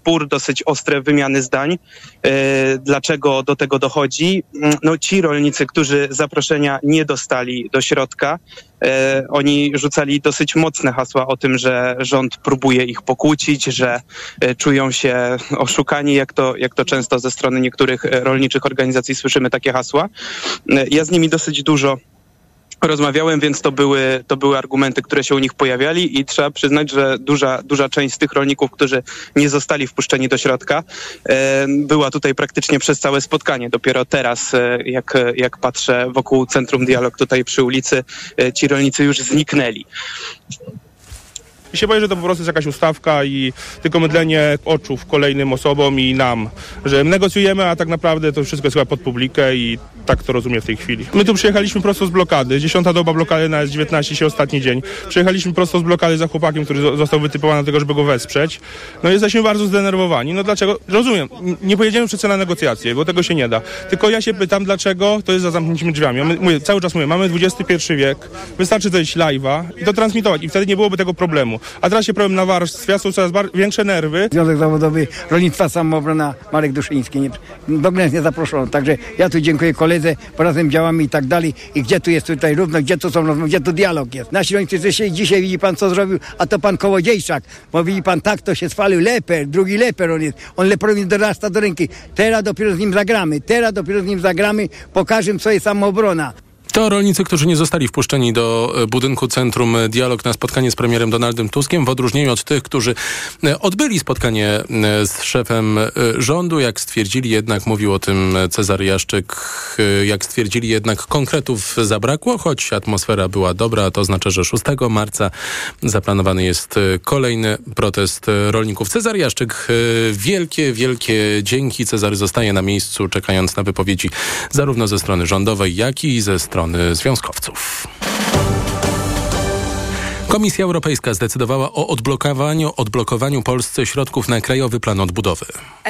spór, dosyć ostre wymiany zdań. Dlaczego do tego dochodzi? No ci rolnicy, którzy zaproszenia nie dostali do środka, oni rzucali dosyć mocne hasła o tym, że rząd próbuje ich pokłócić, że czują się oszukani, jak to często ze strony niektórych rolniczych organizacji słyszymy takie hasła. Ja z nimi dosyć dużo rozmawiałem, więc to były argumenty, które się u nich pojawiali i trzeba przyznać, że duża część z tych rolników, którzy nie zostali wpuszczeni do środka, była tutaj praktycznie przez całe spotkanie. Dopiero teraz, jak patrzę wokół Centrum Dialog tutaj przy ulicy, ci rolnicy już zniknęli. Mi się boję, że to po prostu jest jakaś ustawka i tylko mydlenie oczów kolejnym osobom i nam, że negocjujemy, a tak naprawdę to wszystko jest chyba pod publikę i tak to rozumiem w tej chwili. My tu przyjechaliśmy prosto z blokady, 10. doba blokady na S19, dzisiaj ostatni dzień. Przyjechaliśmy prosto z blokady za chłopakiem, który został wytypowany do tego, żeby go wesprzeć. No jesteśmy bardzo zdenerwowani. No dlaczego? Rozumiem, nie pojedziemy przecież na negocjacje, bo tego się nie da. Tylko ja się pytam, dlaczego to jest za zamkniętymi drzwiami. Cały czas mówię, mamy XXI wiek, wystarczy zejść live'a i to transmitować i wtedy nie byłoby tego problemu. A teraz się problem nawarstwia, są coraz większe nerwy. Związek Zawodowy Rolnictwa Samoobrona Marek Duszyński do mnie nie zaproszono. Także ja tu dziękuję koledze, bo razem działamy i tak dalej. I gdzie tu jest tutaj równość, gdzie tu są rozmowy, gdzie tu dialog jest. Nasi rolnicy dzisiaj widzi pan co zrobił, a to pan Kołodziejczak. Bo widzi pan tak, to się spalił leper, drugi leper on jest. On leperowi dorasta do ręki. Teraz dopiero z nim zagramy, pokażemy co jest samoobrona. To rolnicy, którzy nie zostali wpuszczeni do budynku Centrum Dialog na spotkanie z premierem Donaldem Tuskiem, w odróżnieniu od tych, którzy odbyli spotkanie z szefem rządu. Jak stwierdzili jednak, mówił o tym Cezary Jaszczyk, jak stwierdzili jednak konkretów zabrakło, choć atmosfera była dobra, a to oznacza, że 6 marca zaplanowany jest kolejny protest rolników. Cezary Jaszczyk, wielkie dzięki. Cezary zostaje na miejscu, czekając na wypowiedzi zarówno ze strony rządowej, jak i ze strony związkowców. Komisja Europejska zdecydowała o odblokowaniu Polsce środków na Krajowy Plan Odbudowy.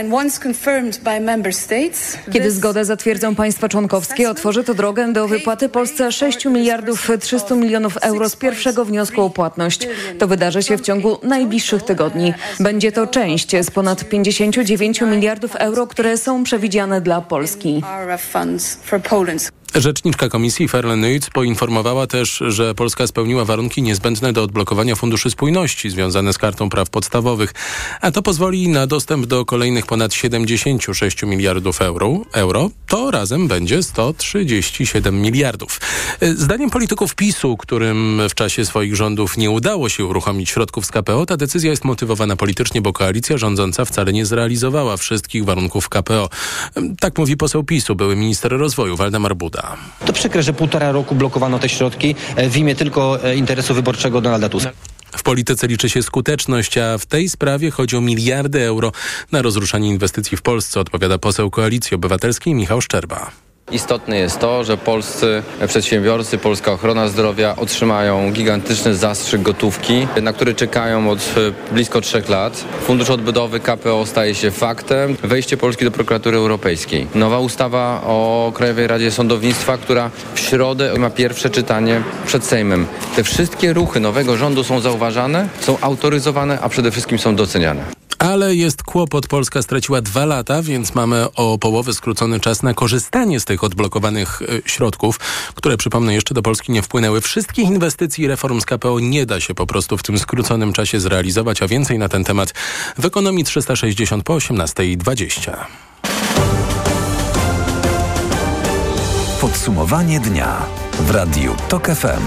Kiedy zgodę zatwierdzą państwa członkowskie, otworzy to drogę do wypłaty Polsce 6 miliardów 300 milionów euro z pierwszego wniosku o płatność. To wydarzy się w ciągu najbliższych tygodni. Będzie to część z ponad 59 miliardów euro, które są przewidziane dla Polski. Rzeczniczka Komisji Ferle Nuits poinformowała też, że Polska spełniła warunki niezbędne do odblokowania Funduszy Spójności związane z Kartą Praw Podstawowych, a to pozwoli na dostęp do kolejnych ponad 76 miliardów euro. To razem będzie 137 miliardów. Zdaniem polityków PiS-u, którym w czasie swoich rządów nie udało się uruchomić środków z KPO, ta decyzja jest motywowana politycznie, bo koalicja rządząca wcale nie zrealizowała wszystkich warunków KPO. Tak mówi poseł PiS-u, były minister rozwoju Waldemar Buda. To przykre, że 1,5 roku blokowano te środki w imię tylko interesu wyborczego Donalda Tuska. W polityce liczy się skuteczność, a w tej sprawie chodzi o miliardy euro na rozruszanie inwestycji w Polsce, odpowiada poseł Koalicji Obywatelskiej Michał Szczerba. Istotne jest to, że polscy przedsiębiorcy, polska ochrona zdrowia otrzymają gigantyczny zastrzyk gotówki, na który czekają od blisko 3 lat. Fundusz Odbudowy KPO staje się faktem. Wejście Polski do Prokuratury Europejskiej. Nowa ustawa o Krajowej Radzie Sądownictwa, która w środę ma pierwsze czytanie przed Sejmem. Te wszystkie ruchy nowego rządu są zauważane, są autoryzowane, a przede wszystkim są doceniane. Ale jest kłopot. Polska straciła 2 lata, więc mamy o połowę skrócony czas na korzystanie z tych odblokowanych środków, które, przypomnę, jeszcze do Polski nie wpłynęły. Wszystkich inwestycji i reform z KPO nie da się po prostu w tym skróconym czasie zrealizować, a więcej na ten temat w Ekonomii 360 po 18:20. Podsumowanie dnia w Radiu TOK FM.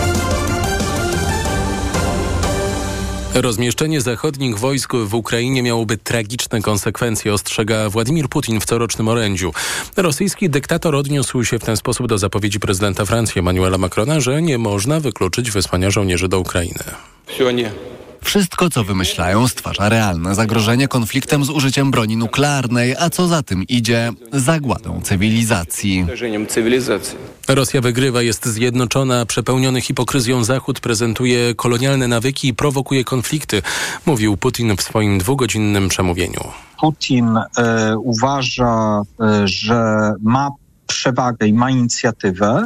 Rozmieszczenie zachodnich wojsk w Ukrainie miałoby tragiczne konsekwencje, ostrzega Władimir Putin w corocznym orędziu. Rosyjski dyktator odniósł się w ten sposób do zapowiedzi prezydenta Francji Emmanuela Macrona, że nie można wykluczyć wysłania żołnierzy do Ukrainy. Wszystko, co wymyślają, stwarza realne zagrożenie konfliktem z użyciem broni nuklearnej, a co za tym idzie, zagładą cywilizacji. Rosja wygrywa, jest zjednoczona, przepełniony hipokryzją Zachód prezentuje kolonialne nawyki i prowokuje konflikty, mówił Putin w swoim 2-godzinnym przemówieniu. Putin uważa, że ma przewagę i ma inicjatywę.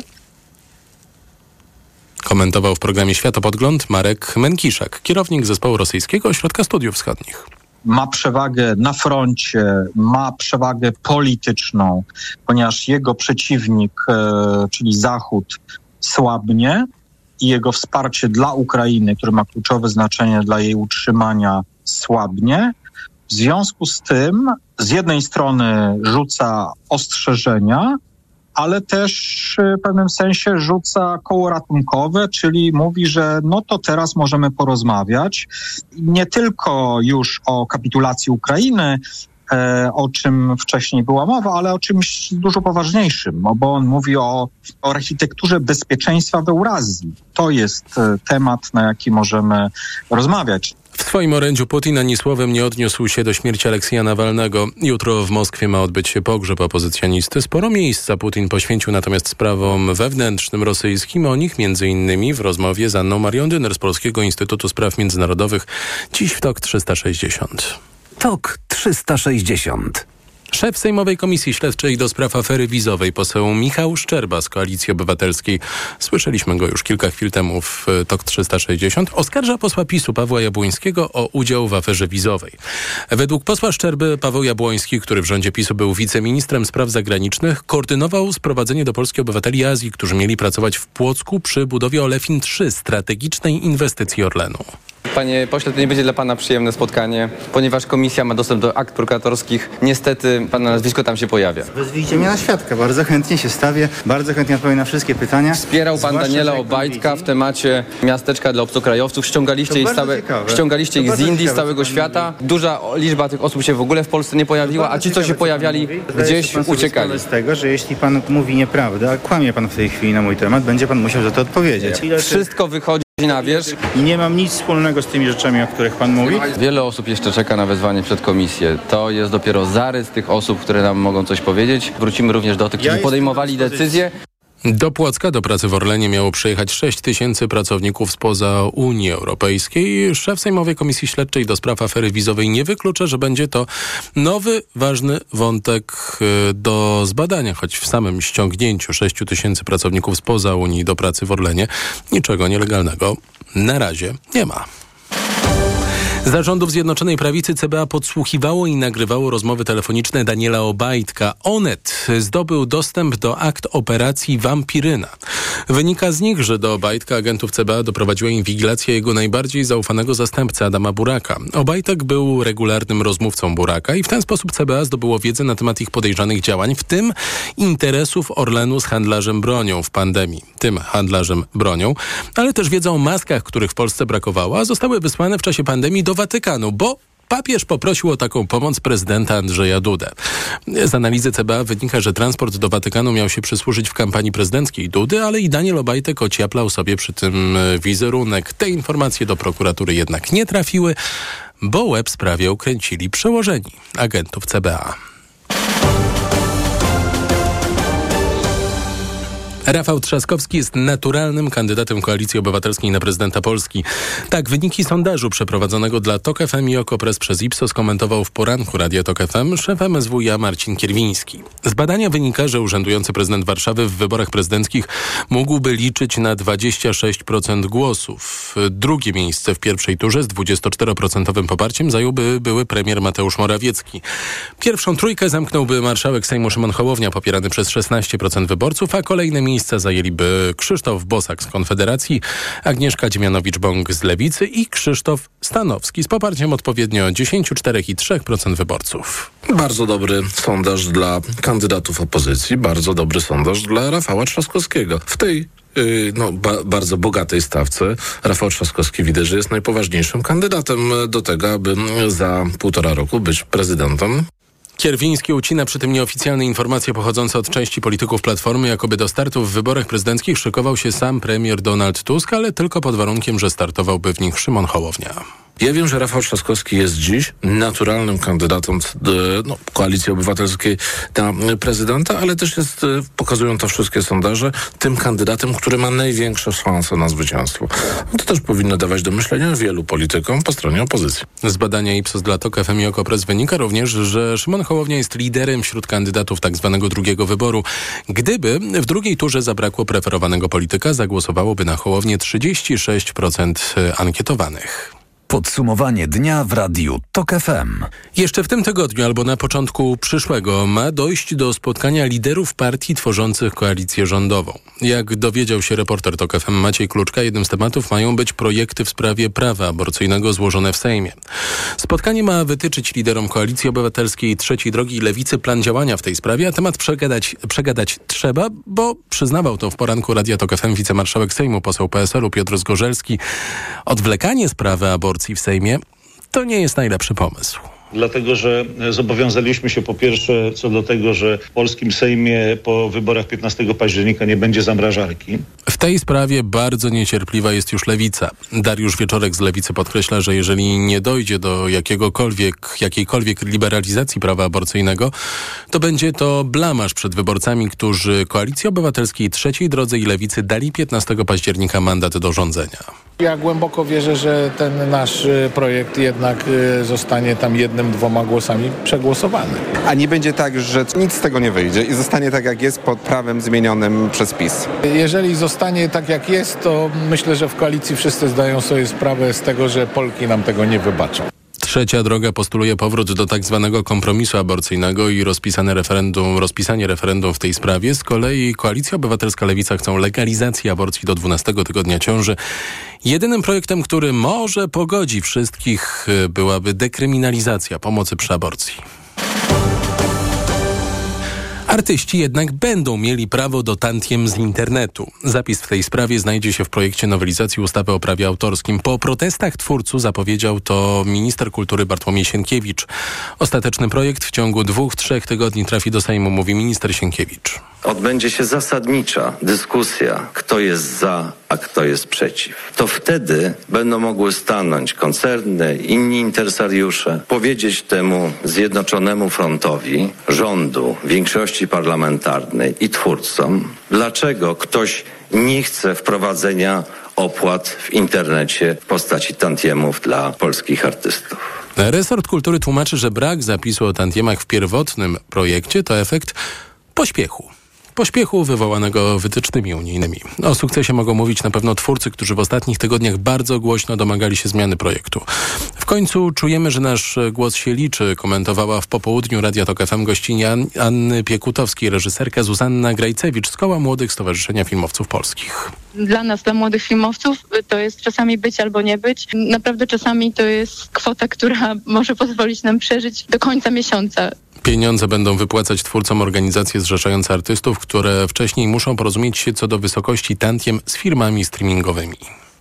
Komentował w programie Światopodgląd Marek Menkiszak, kierownik zespołu Rosyjskiego Ośrodka Studiów Wschodnich. ma przewagę na froncie, ma przewagę polityczną, ponieważ jego przeciwnik, czyli Zachód, słabnie i jego wsparcie dla Ukrainy, które ma kluczowe znaczenie dla jej utrzymania, słabnie. W związku z tym z jednej strony rzuca ostrzeżenia, ale też w pewnym sensie rzuca koło ratunkowe, czyli mówi, że no to teraz możemy porozmawiać nie tylko już o kapitulacji Ukrainy, o czym wcześniej była mowa, ale o czymś dużo poważniejszym, bo on mówi o architekturze bezpieczeństwa w Eurazji. To jest temat, na jaki możemy rozmawiać. W swoim orędziu Putin ani słowem nie odniósł się do śmierci Aleksieja Nawalnego. Jutro w Moskwie ma odbyć się pogrzeb opozycjonisty. Sporo miejsca Putin poświęcił natomiast sprawom wewnętrznym rosyjskim. O nich m.in. w rozmowie z Anną Marią Dyner z Polskiego Instytutu Spraw Międzynarodowych. Dziś w TOK 360. TOK 360. Szef Sejmowej Komisji Śledczej do spraw afery wizowej, poseł Michał Szczerba z Koalicji Obywatelskiej, słyszeliśmy go już kilka chwil temu w TOK 360, oskarża posła PiS-u Pawła Jabłońskiego o udział w aferze wizowej. Według posła Szczerby Paweł Jabłoński, który w rządzie PiS-u był wiceministrem spraw zagranicznych, koordynował sprowadzenie do Polski obywateli Azji, którzy mieli pracować w Płocku przy budowie Olefin 3, strategicznej inwestycji Orlenu. Panie pośle, to nie będzie dla pana przyjemne spotkanie, ponieważ komisja ma dostęp do akt prokuratorskich. Niestety pana nazwisko tam się pojawia. Wezwijcie mnie na świadka, bardzo chętnie się stawię, bardzo chętnie odpowiem na wszystkie pytania. Wspierał pan Daniela Obajtka w temacie miasteczka dla obcokrajowców. Ściągaliście ich z Indii, z całego świata. Duża liczba tych osób się w ogóle w Polsce nie pojawiła, a ci, co się pojawiali, gdzieś uciekali. Z tego, że jeśli pan mówi nieprawdę, a kłamie pan w tej chwili na mój temat, będzie pan musiał za to odpowiedzieć. Wszystko wychodzi na wierzch. I nie mam nic wspólnego z tymi rzeczami, o których pan mówi. Wiele osób jeszcze czeka na wezwanie przed komisję. To jest dopiero zarys tych osób, które nam mogą coś powiedzieć. Wrócimy również do tych, którzy podejmowali decyzje. Do Płocka do pracy w Orlenie miało przyjechać 6 000 pracowników spoza Unii Europejskiej. Szef Sejmowej Komisji Śledczej do spraw afery wizowej nie wyklucza, że będzie to nowy, ważny wątek do zbadania, choć w samym ściągnięciu 6 000 pracowników spoza Unii do pracy w Orlenie niczego nielegalnego na razie nie ma. Za rządów Zjednoczonej Prawicy CBA podsłuchiwało i nagrywało rozmowy telefoniczne Daniela Obajtka. Onet zdobył dostęp do akt operacji Wampiryna. Wynika z nich, że do Obajtka agentów CBA doprowadziła inwigilacja jego najbardziej zaufanego zastępcy Adama Buraka. Obajtek był regularnym rozmówcą Buraka i w ten sposób CBA zdobyło wiedzę na temat ich podejrzanych działań, w tym interesów Orlenu z handlarzem bronią w pandemii. Tym handlarzem bronią, ale też wiedzą o maskach, których w Polsce brakowało, a zostały wysłane w czasie pandemii do Watykanu, bo papież poprosił o taką pomoc prezydenta Andrzeja Dudę. Z analizy CBA wynika, że transport do Watykanu miał się przysłużyć w kampanii prezydenckiej Dudy, ale i Daniel Obajtek ocieplał sobie przy tym wizerunek. Te informacje do prokuratury jednak nie trafiły, bo łeb sprawie ukręcili przełożeni agentów CBA. Rafał Trzaskowski jest naturalnym kandydatem Koalicji Obywatelskiej na prezydenta Polski. Tak wyniki sondażu przeprowadzonego dla TOK FM i Okopres przez Ipsos komentował w poranku Radia TOK FM szef MSWiA Marcin Kierwiński. Z badania wynika, że urzędujący prezydent Warszawy w wyborach prezydenckich mógłby liczyć na 26% głosów. Drugie miejsce w pierwszej turze z 24% poparciem zająłby były premier Mateusz Morawiecki. Pierwszą trójkę zamknąłby marszałek Sejmu Szymon Hołownia, popierany przez 16% wyborców, a kolejne miejsca zajęliby Krzysztof Bosak z Konfederacji, Agnieszka Dziemianowicz-Bąk z Lewicy i Krzysztof Stanowski z poparciem odpowiednio 10, 4 i 3% wyborców. Bardzo dobry sondaż dla kandydatów opozycji, bardzo dobry sondaż dla Rafała Trzaskowskiego. W tej bardzo bogatej stawce Rafał Trzaskowski widać, że jest najpoważniejszym kandydatem do tego, aby za 1,5 roku być prezydentem. Kierwiński ucina przy tym nieoficjalne informacje pochodzące od części polityków Platformy, jakoby do startu w wyborach prezydenckich szykował się sam premier Donald Tusk, ale tylko pod warunkiem, że startowałby w nich Szymon Hołownia. Ja wiem, że Rafał Trzaskowski jest dziś naturalnym kandydatem Koalicji Obywatelskiej na prezydenta, ale też jest, pokazują to wszystkie sondaże, tym kandydatem, który ma największe szanse na zwycięstwo. To też powinno dawać do myślenia wielu politykom po stronie opozycji. Z badania Ipsos dla TOK FM i Okopres wynika również, że Szymon Hołownia jest liderem wśród kandydatów tak zwanego drugiego wyboru. Gdyby w drugiej turze zabrakło preferowanego polityka, zagłosowałoby na Hołownię 36% ankietowanych. Podsumowanie dnia w Radiu TOK FM. Jeszcze w tym tygodniu albo na początku przyszłego ma dojść do spotkania liderów partii tworzących koalicję rządową. Jak dowiedział się reporter TOK FM Maciej Kluczka, jednym z tematów mają być projekty w sprawie prawa aborcyjnego złożone w Sejmie. Spotkanie ma wytyczyć liderom Koalicji Obywatelskiej, Trzeciej Drogi i Lewicy plan działania w tej sprawie, a temat przegadać trzeba, bo przyznawał to w poranku Radia TOK FM wicemarszałek Sejmu, poseł PSL-u Piotr Zgorzelski. Odwlekanie sprawy aborcji w Sejmie to nie jest najlepszy pomysł. Dlatego, że zobowiązaliśmy się po pierwsze co do tego, że w polskim Sejmie po wyborach 15 października nie będzie zamrażarki. W tej sprawie bardzo niecierpliwa jest już Lewica. Dariusz Wieczorek z Lewicy podkreśla, że jeżeli nie dojdzie do jakiejkolwiek liberalizacji prawa aborcyjnego, to będzie to blamaż przed wyborcami, którzy Koalicji Obywatelskiej, Trzeciej Drodze i Lewicy dali 15 października mandat do rządzenia. Ja głęboko wierzę, że ten nasz projekt jednak zostanie tam 1-2 głosami przegłosowany. A nie będzie tak, że nic z tego nie wyjdzie i zostanie tak, jak jest pod prawem zmienionym przez PiS? Jeżeli zostanie tak, jak jest, to myślę, że w koalicji wszyscy zdają sobie sprawę z tego, że Polki nam tego nie wybaczą. Trzecia Droga postuluje powrót do tak zwanego kompromisu aborcyjnego i rozpisanie referendum w tej sprawie. Z kolei Koalicja Obywatelska, Lewica chcą legalizacji aborcji do 12 tygodnia ciąży. Jedynym projektem, który może pogodzi wszystkich, byłaby dekryminalizacja pomocy przy aborcji. Artyści jednak będą mieli prawo do tantiem z internetu. Zapis w tej sprawie znajdzie się w projekcie nowelizacji ustawy o prawie autorskim. Po protestach twórców zapowiedział to minister kultury Bartłomiej Sienkiewicz. Ostateczny projekt w ciągu 2-3 tygodni trafi do Sejmu, mówi minister Sienkiewicz. Odbędzie się zasadnicza dyskusja, kto jest za, a kto jest przeciw. To wtedy będą mogły stanąć koncerny, inni interesariusze, powiedzieć temu Zjednoczonemu Frontowi, rządu, większości parlamentarnej i twórcom, dlaczego ktoś nie chce wprowadzenia opłat w internecie w postaci tantiemów dla polskich artystów. Resort Kultury tłumaczy, że brak zapisu o tantiemach w pierwotnym projekcie to efekt pośpiechu wywołanego wytycznymi unijnymi. O sukcesie mogą mówić na pewno twórcy, którzy w ostatnich tygodniach bardzo głośno domagali się zmiany projektu. W końcu czujemy, że nasz głos się liczy, komentowała w popołudniu Radia TOK FM gościnia Anny Piekutowskiej, reżyserka Zuzanna Grajcewicz z Koła Młodych Stowarzyszenia Filmowców Polskich. Dla nas, dla młodych filmowców, to jest czasami być albo nie być. Naprawdę czasami to jest kwota, która może pozwolić nam przeżyć do końca miesiąca. Pieniądze będą wypłacać twórcom organizacje zrzeszające artystów, które wcześniej muszą porozumieć się co do wysokości tantiem z firmami streamingowymi.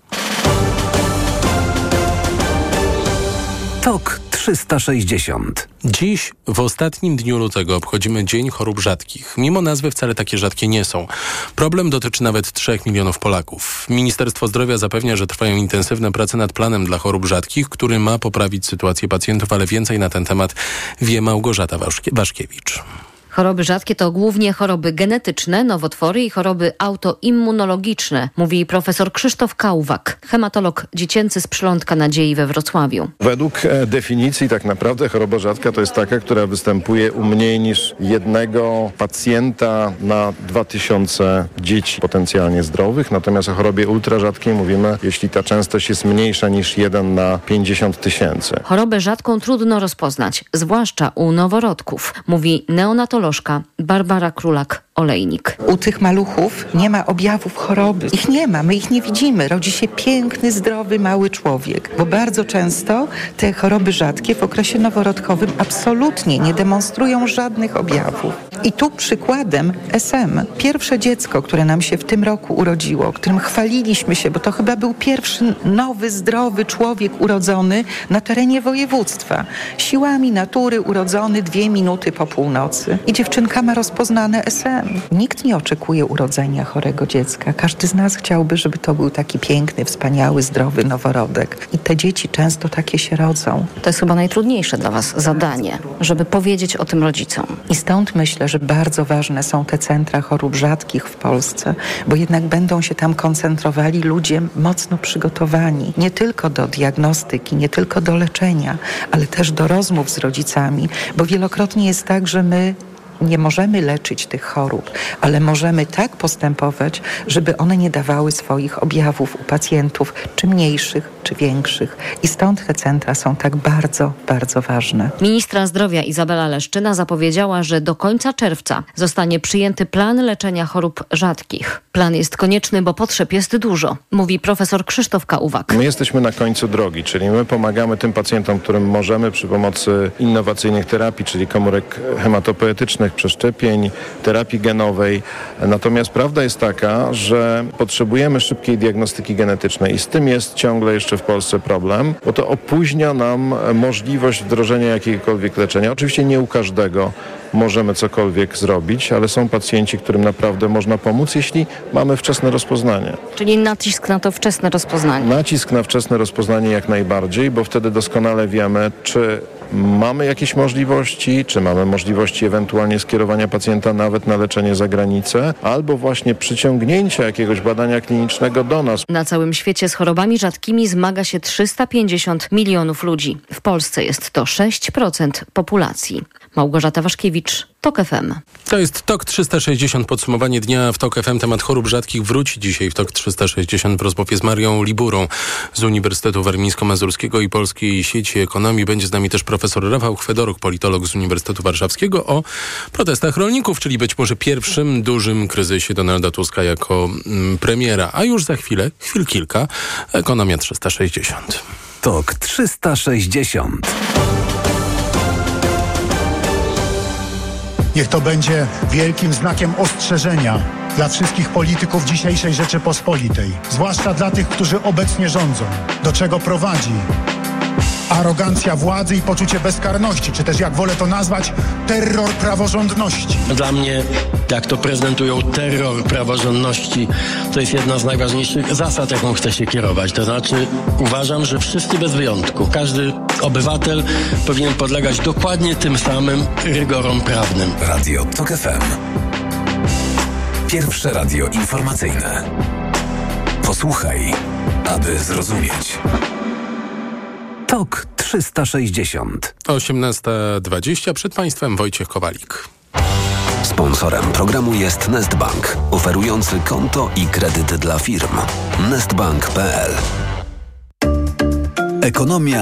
TOK 360. Dziś, w ostatnim dniu lutego, obchodzimy Dzień Chorób Rzadkich. Mimo nazwy wcale takie rzadkie nie są. Problem dotyczy nawet 3 milionów Polaków. Ministerstwo Zdrowia zapewnia, że trwają intensywne prace nad planem dla chorób rzadkich, który ma poprawić sytuację pacjentów, ale więcej na ten temat wie Małgorzata Waszkiewicz. Choroby rzadkie to głównie choroby genetyczne, nowotwory i choroby autoimmunologiczne, mówi profesor Krzysztof Kałwak, hematolog dziecięcy z Przylądka Nadziei we Wrocławiu. Według definicji tak naprawdę choroba rzadka to jest taka, która występuje u mniej niż jednego pacjenta na 2000 dzieci potencjalnie zdrowych. Natomiast o chorobie ultrarzadkiej mówimy, jeśli ta częstość jest mniejsza niż 1 na 50 000. Chorobę rzadką trudno rozpoznać, zwłaszcza u noworodków, mówi neonatolożka Barbara Królak-Olejnik. U tych maluchów nie ma objawów choroby. Ich nie ma, my ich nie widzimy. Rodzi się piękny, zdrowy, mały człowiek. Bo bardzo często te choroby rzadkie w okresie noworodkowym absolutnie nie demonstrują żadnych objawów. I tu przykładem SM. Pierwsze dziecko, które nam się w tym roku urodziło, którym chwaliliśmy się, bo to chyba był pierwszy nowy, zdrowy człowiek urodzony na terenie województwa. Siłami natury urodzony 2 minuty po północy. I dziewczynka ma rozpoznane SM. Nikt nie oczekuje urodzenia chorego dziecka. Każdy z nas chciałby, żeby to był taki piękny, wspaniały, zdrowy noworodek. I te dzieci często takie się rodzą. To jest chyba najtrudniejsze dla Was zadanie, żeby powiedzieć o tym rodzicom. I stąd myślę, że bardzo ważne są te centra chorób rzadkich w Polsce, bo jednak będą się tam koncentrowali ludzie mocno przygotowani. Nie tylko do diagnostyki, nie tylko do leczenia, ale też do rozmów z rodzicami, bo wielokrotnie jest tak, że my nie możemy leczyć tych chorób, ale możemy tak postępować, żeby one nie dawały swoich objawów u pacjentów, czy mniejszych, czy większych. I stąd te centra są tak bardzo, bardzo ważne. Ministra zdrowia Izabela Leszczyna zapowiedziała, że do końca czerwca zostanie przyjęty plan leczenia chorób rzadkich. Plan jest konieczny, bo potrzeb jest dużo, mówi profesor Krzysztof Kałuwak. My jesteśmy na końcu drogi, czyli my pomagamy tym pacjentom, którym możemy przy pomocy innowacyjnych terapii, czyli komórek hematopoetycznych, przeszczepień, terapii genowej. Natomiast prawda jest taka, że potrzebujemy szybkiej diagnostyki genetycznej i z tym jest ciągle jeszcze w Polsce problem, bo to opóźnia nam możliwość wdrożenia jakiegokolwiek leczenia. Oczywiście nie u każdego możemy cokolwiek zrobić, ale są pacjenci, którym naprawdę można pomóc, jeśli mamy wczesne rozpoznanie. Czyli nacisk na to wczesne rozpoznanie. Nacisk na wczesne rozpoznanie jak najbardziej, bo wtedy doskonale wiemy, czy mamy jakieś możliwości, czy mamy możliwości ewentualnie skierowania pacjenta nawet na leczenie za granicę, albo właśnie przyciągnięcia jakiegoś badania klinicznego do nas. Na całym świecie z chorobami rzadkimi zmaga się 350 milionów ludzi. W Polsce jest to 6% populacji. Małgorzata Waszkiewicz, TOK FM. To jest TOK 360, podsumowanie dnia w TOK FM. Temat chorób rzadkich wróci dzisiaj w TOK 360 w rozmowie z Marią Liburą z Uniwersytetu Warmińsko-Mazurskiego i Polskiej Sieci Ekonomii. Będzie z nami też profesor Rafał Chwedoruk, politolog z Uniwersytetu Warszawskiego, o protestach rolników, czyli być może pierwszym dużym kryzysie Donalda Tuska jako premiera. A już za chwilę, kilka, Ekonomia 360. TOK 360. Niech to będzie wielkim znakiem ostrzeżenia dla wszystkich polityków dzisiejszej Rzeczypospolitej, zwłaszcza dla tych, którzy obecnie rządzą. Do czego prowadzi arogancja władzy i poczucie bezkarności, czy też jak wolę to nazwać, terror praworządności. Dla mnie, jak to prezentują terror praworządności, to jest jedna z najważniejszych zasad, jaką chcę się kierować. To znaczy uważam, że wszyscy bez wyjątku, każdy obywatel powinien podlegać dokładnie tym samym rygorom prawnym. Radio TOK FM. Pierwsze radio informacyjne. Posłuchaj, aby zrozumieć. TOK 360. 18:20. Przed Państwem Wojciech Kowalik. Sponsorem programu jest Nestbank, oferujący konto i kredyt dla firm. Nestbank.pl. Ekonomia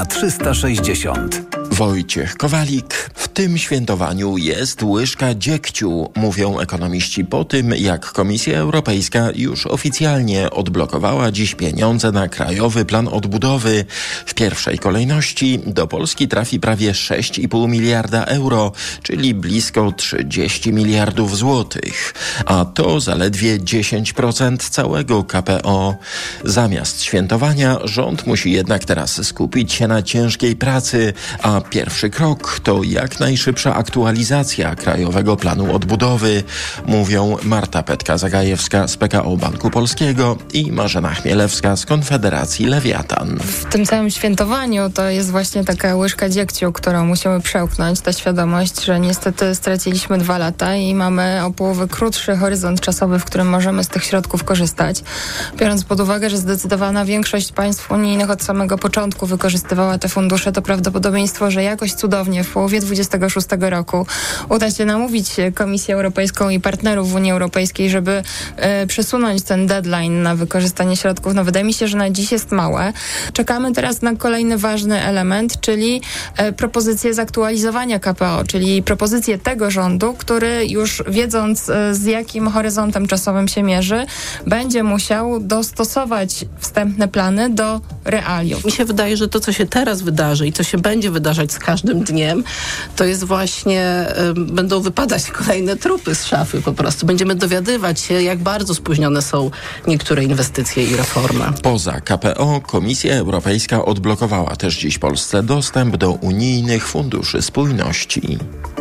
360. Wojciech Kowalik. W tym świętowaniu jest łyżka dziegciu, mówią ekonomiści po tym, jak Komisja Europejska już oficjalnie odblokowała dziś pieniądze na Krajowy Plan Odbudowy. W pierwszej kolejności do Polski trafi prawie 6,5 miliarda euro, czyli blisko 30 miliardów złotych. A to zaledwie 10% całego KPO. Zamiast świętowania rząd musi jednak teraz skupić się na ciężkiej pracy, a pierwszy krok to jak najszybsza aktualizacja Krajowego Planu Odbudowy, mówią Marta Petka-Zagajewska z PKO Banku Polskiego i Marzena Chmielewska z Konfederacji Lewiatan. W tym całym świętowaniu to jest właśnie taka łyżka dziegciu, którą musimy przełknąć, ta świadomość, że niestety straciliśmy 2 lata i mamy o połowę krótszy horyzont czasowy, w którym możemy z tych środków korzystać. Biorąc pod uwagę, że zdecydowana większość państw unijnych od samego początku wykorzystywała te fundusze, to prawdopodobieństwo, że jakoś cudownie w połowie 2026 roku uda się namówić Komisję Europejską i partnerów w Unii Europejskiej, żeby przesunąć ten deadline na wykorzystanie środków. No wydaje mi się, że na dziś jest małe. Czekamy teraz na kolejny ważny element, czyli propozycję zaktualizowania KPO, czyli propozycję tego rządu, który już wiedząc z jakim horyzontem czasowym się mierzy, będzie musiał dostosować wstępne plany do realiów. Mi się wydaje, że to, co się teraz wydarzy i co się będzie wydarzać z każdym dniem, to jest właśnie, będą wypadać kolejne trupy z szafy po prostu. Będziemy dowiadywać się, jak bardzo spóźnione są niektóre inwestycje i reformy. Poza KPO Komisja Europejska odblokowała też dziś Polsce dostęp do unijnych funduszy spójności.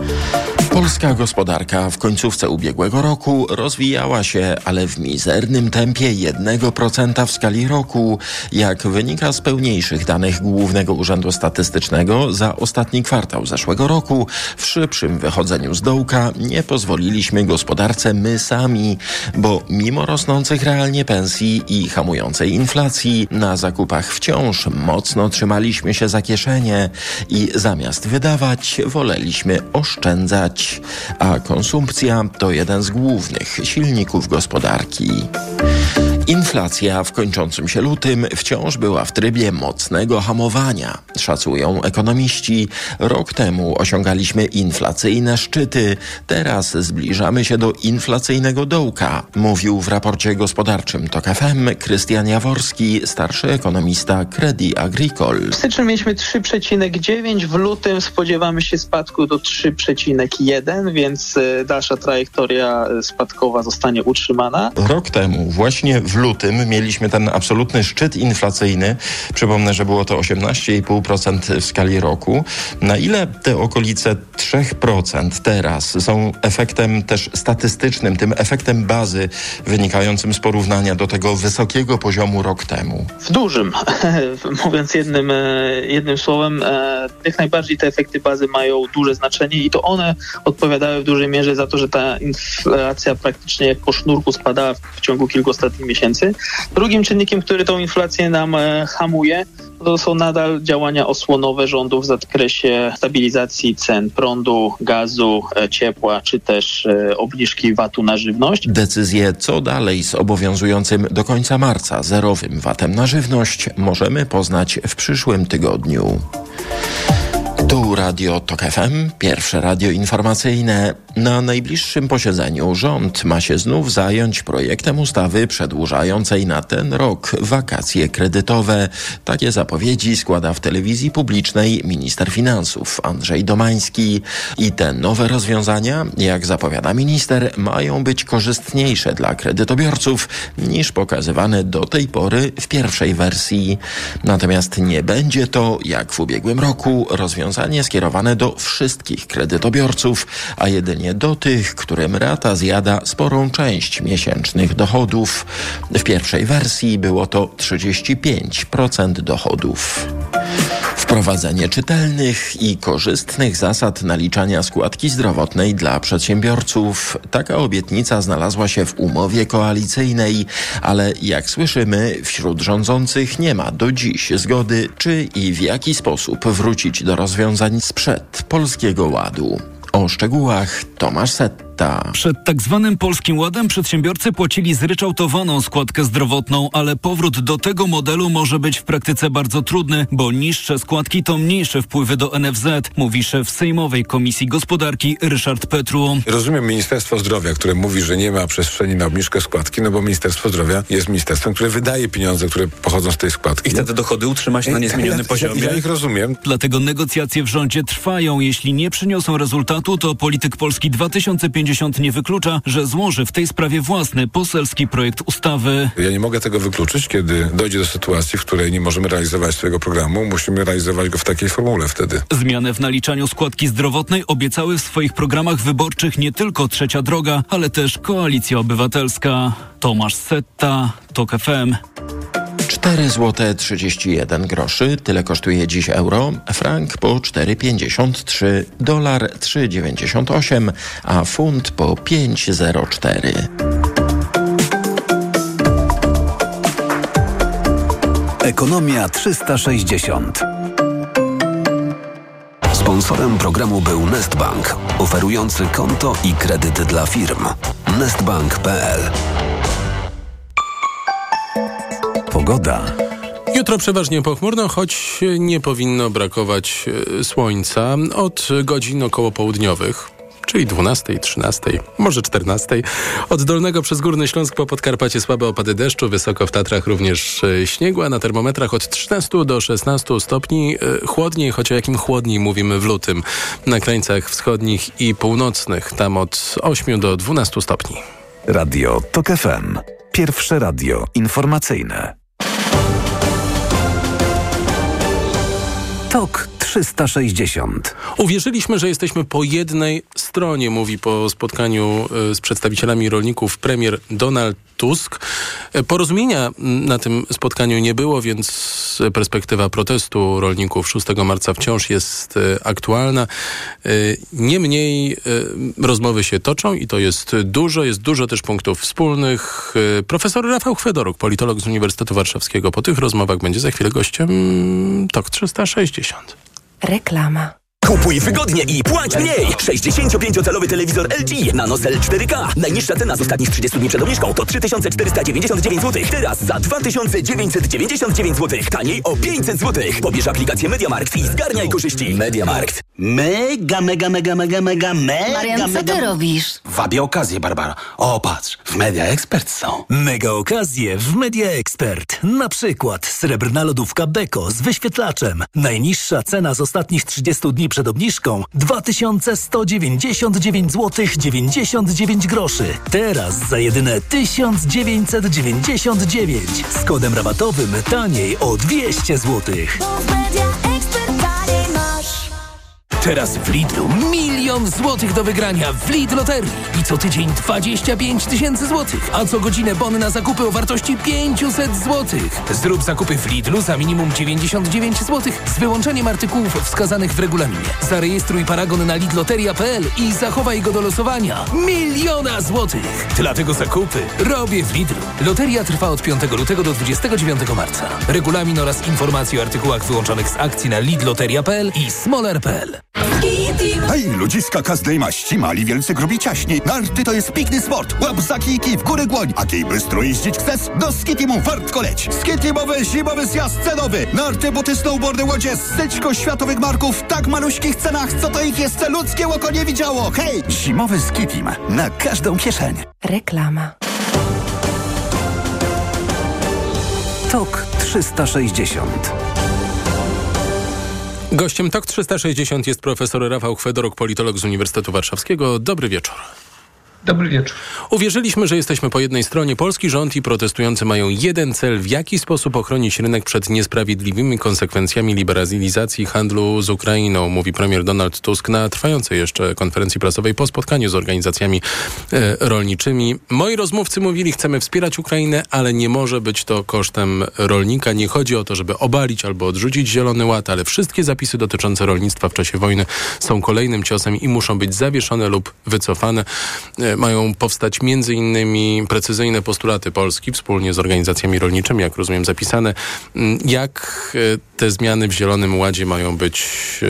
Polska gospodarka w końcówce ubiegłego roku rozwijała się, ale w mizernym tempie 1% w skali roku. Jak wynika z pełniejszych danych Głównego Urzędu Statystycznego, za ostatni kwartał zeszłego roku w szybszym wychodzeniu z dołka nie pozwoliliśmy gospodarce my sami, bo mimo rosnących realnie pensji i hamującej inflacji na zakupach wciąż mocno trzymaliśmy się za kieszenie i zamiast wydawać woleliśmy oszczędzać. być, a konsumpcja to jeden z głównych silników gospodarki. Inflacja w kończącym się lutym wciąż była w trybie mocnego hamowania, szacują ekonomiści. Rok temu osiągaliśmy inflacyjne szczyty, teraz zbliżamy się do inflacyjnego dołka, mówił w raporcie gospodarczym TOK FM Krystian Jaworski, starszy ekonomista Crédit Agricole. W styczniu mieliśmy 3,9, w lutym spodziewamy się spadku do 3,1, więc dalsza trajektoria spadkowa zostanie utrzymana. Rok temu właśnie w lutym mieliśmy ten absolutny szczyt inflacyjny. Przypomnę, że było to 18,5% w skali roku. Na ile te okolice 3% teraz są efektem też statystycznym, tym efektem bazy wynikającym z porównania do tego wysokiego poziomu rok temu? W dużym, mówiąc jednym słowem, jak najbardziej te efekty bazy mają duże znaczenie i to one odpowiadały w dużej mierze za to, że ta inflacja praktycznie jak po sznurku spadała w ciągu kilku ostatnich miesięcy. Drugim czynnikiem, który tą inflację nam hamuje, to są nadal działania osłonowe rządu w zakresie stabilizacji cen prądu, gazu, ciepła, czy też obniżki VAT-u na żywność. Decyzję, co dalej z obowiązującym do końca marca zerowym VAT-em na żywność, możemy poznać w przyszłym tygodniu. Tu Radio TOK FM, pierwsze radio informacyjne. Na najbliższym posiedzeniu rząd ma się znów zająć projektem ustawy przedłużającej na ten rok wakacje kredytowe. Takie zapowiedzi składa w telewizji publicznej minister finansów Andrzej Domański. I te nowe rozwiązania, jak zapowiada minister, mają być korzystniejsze dla kredytobiorców niż pokazywane do tej pory w pierwszej wersji. Natomiast nie będzie to, jak w ubiegłym roku, rozwiązanie skierowane do wszystkich kredytobiorców, a jedynie do tych, którym rata zjada sporą część miesięcznych dochodów. W pierwszej wersji było to 35% dochodów. Wprowadzenie czytelnych i korzystnych zasad naliczania składki zdrowotnej dla przedsiębiorców. Taka obietnica znalazła się w umowie koalicyjnej, ale jak słyszymy, wśród rządzących nie ma do dziś zgody, czy i w jaki sposób wrócić do rozwiązań sprzed Polskiego Ładu. O szczegółach Tomasz Setta. Przed tak zwanym Polskim Ładem przedsiębiorcy płacili zryczałtowaną składkę zdrowotną, ale powrót do tego modelu może być w praktyce bardzo trudny, bo niższe składki to mniejsze wpływy do NFZ, mówi szef Sejmowej Komisji Gospodarki Ryszard Petru. Rozumiem Ministerstwo Zdrowia, które mówi, że nie ma przestrzeni na obniżkę składki, no bo Ministerstwo Zdrowia jest ministerstwem, które wydaje pieniądze, które pochodzą z tej składki. I chce te dochody utrzymać na niezmienionym poziomie. Ja ich rozumiem. Dlatego negocjacje w rządzie trwają. Jeśli nie przyniosą rezultatu, to Polityk Polski 2050 nie wyklucza, że złoży w tej sprawie własny poselski projekt ustawy. Ja nie mogę tego wykluczyć, kiedy dojdzie do sytuacji, w której nie możemy realizować swojego programu. Musimy realizować go w takiej formule wtedy. Zmianę w naliczaniu składki zdrowotnej obiecały w swoich programach wyborczych nie tylko Trzecia Droga, ale też Koalicja Obywatelska. Tomasz Setta, TOK FM. 4,31 zł. Tyle kosztuje dziś euro. Frank po 4,53, dolar 3,98, a funt po 5,04. Ekonomia 360. Sponsorem programu był Nestbank, oferujący konto i kredyt dla firm. Nestbank.pl. Pogoda. Jutro przeważnie pochmurno, choć nie powinno brakować słońca od godzin okołopołudniowych, czyli 12, 13, może 14. Od Dolnego przez Górny Śląsk po Podkarpacie słabe opady deszczu, wysoko w Tatrach również śniegu, a na termometrach od 13 do 16 stopni. Chłodniej, choć o jakim chłodniej mówimy w lutym. Na krańcach wschodnich i północnych, tam od 8 do 12 stopni. Radio TOK FM. Pierwsze radio informacyjne. TOK 360. Uwierzyliśmy, że jesteśmy po jednej stronie, mówi po spotkaniu z przedstawicielami rolników premier Donald Tusk. Porozumienia na tym spotkaniu nie było, więc perspektywa protestu rolników 6 marca wciąż jest aktualna. Niemniej rozmowy się toczą i to jest dużo też punktów wspólnych. Profesor Rafał Chwedoruk, politolog z Uniwersytetu Warszawskiego, po tych rozmowach będzie za chwilę gościem TOK 360. Reklama. Kupuj wygodnie i płać mniej. 65-calowy telewizor LG NanoCell 4K. Najniższa cena z ostatnich 30 dni przed obniżką to 3499 zł. Teraz za 2999 zł. Taniej o 500 zł. Pobierz aplikację MediaMarkt i zgarniaj korzyści. MediaMarkt. Mega. Marian, co ty robisz? Wabię okazję, Barbara. O, patrz, w Media Expert są. Mega okazje w Media Expert. Na przykład srebrna lodówka Beko z wyświetlaczem. Najniższa cena z ostatnich 30 dni przed obniżką 2199 zł 99 groszy. Teraz za jedyne 1999. Z kodem rabatowym taniej o 200 zł. Teraz w Lidlu 1 000 000 złotych do wygrania w Lidl Loterii. I co tydzień 25 000 złotych, a co godzinę bon na zakupy o wartości 500 złotych. Zrób zakupy w Lidlu za minimum 99 złotych z wyłączeniem artykułów wskazanych w regulaminie. Zarejestruj paragon na lidloteria.pl i zachowaj go do losowania 1 000 000 złotych. Dlatego zakupy robię w Lidlu. Loteria trwa od 5 lutego do 29 marca. Regulamin oraz informacje o artykułach wyłączonych z akcji na lidloteria.pl i smoler.pl. Hej, ludziska każdej maści, mali, wielcy, grubi, ciaśni. Narty to jest piękny sport. Łap za kijki, w górę dłoń. A kiej bystro jeździć chcesz? Do Skitimu wartko leć. Skitimowy zimowy zjazd cenowy. Narty, buty, snowboardy, łodzie, styczko światowych marków w tak maluśkich cenach, co to ich jeszcze ludzkie oko nie widziało. Hej, zimowy Skitim. Na każdą kieszeń. Reklama. TOK 360. Gościem TOK 360 jest profesor Rafał Chwedorok, politolog z Uniwersytetu Warszawskiego. Dobry wieczór. Dobry wieczór. Uwierzyliśmy, że jesteśmy po jednej stronie. Polski rząd i protestujący mają jeden cel: w jaki sposób ochronić rynek przed niesprawiedliwymi konsekwencjami liberalizacji handlu z Ukrainą, mówi premier Donald Tusk na trwającej jeszcze konferencji prasowej po spotkaniu z organizacjami rolniczymi. Moi rozmówcy mówili: chcemy wspierać Ukrainę, ale nie może być to kosztem rolnika. Nie chodzi o to, żeby obalić albo odrzucić Zielony Ład, ale wszystkie zapisy dotyczące rolnictwa w czasie wojny są kolejnym ciosem i muszą być zawieszone lub wycofane. Mają powstać m.in. precyzyjne postulaty Polski wspólnie z organizacjami rolniczymi, jak rozumiem, zapisane. Jak te zmiany w Zielonym Ładzie mają być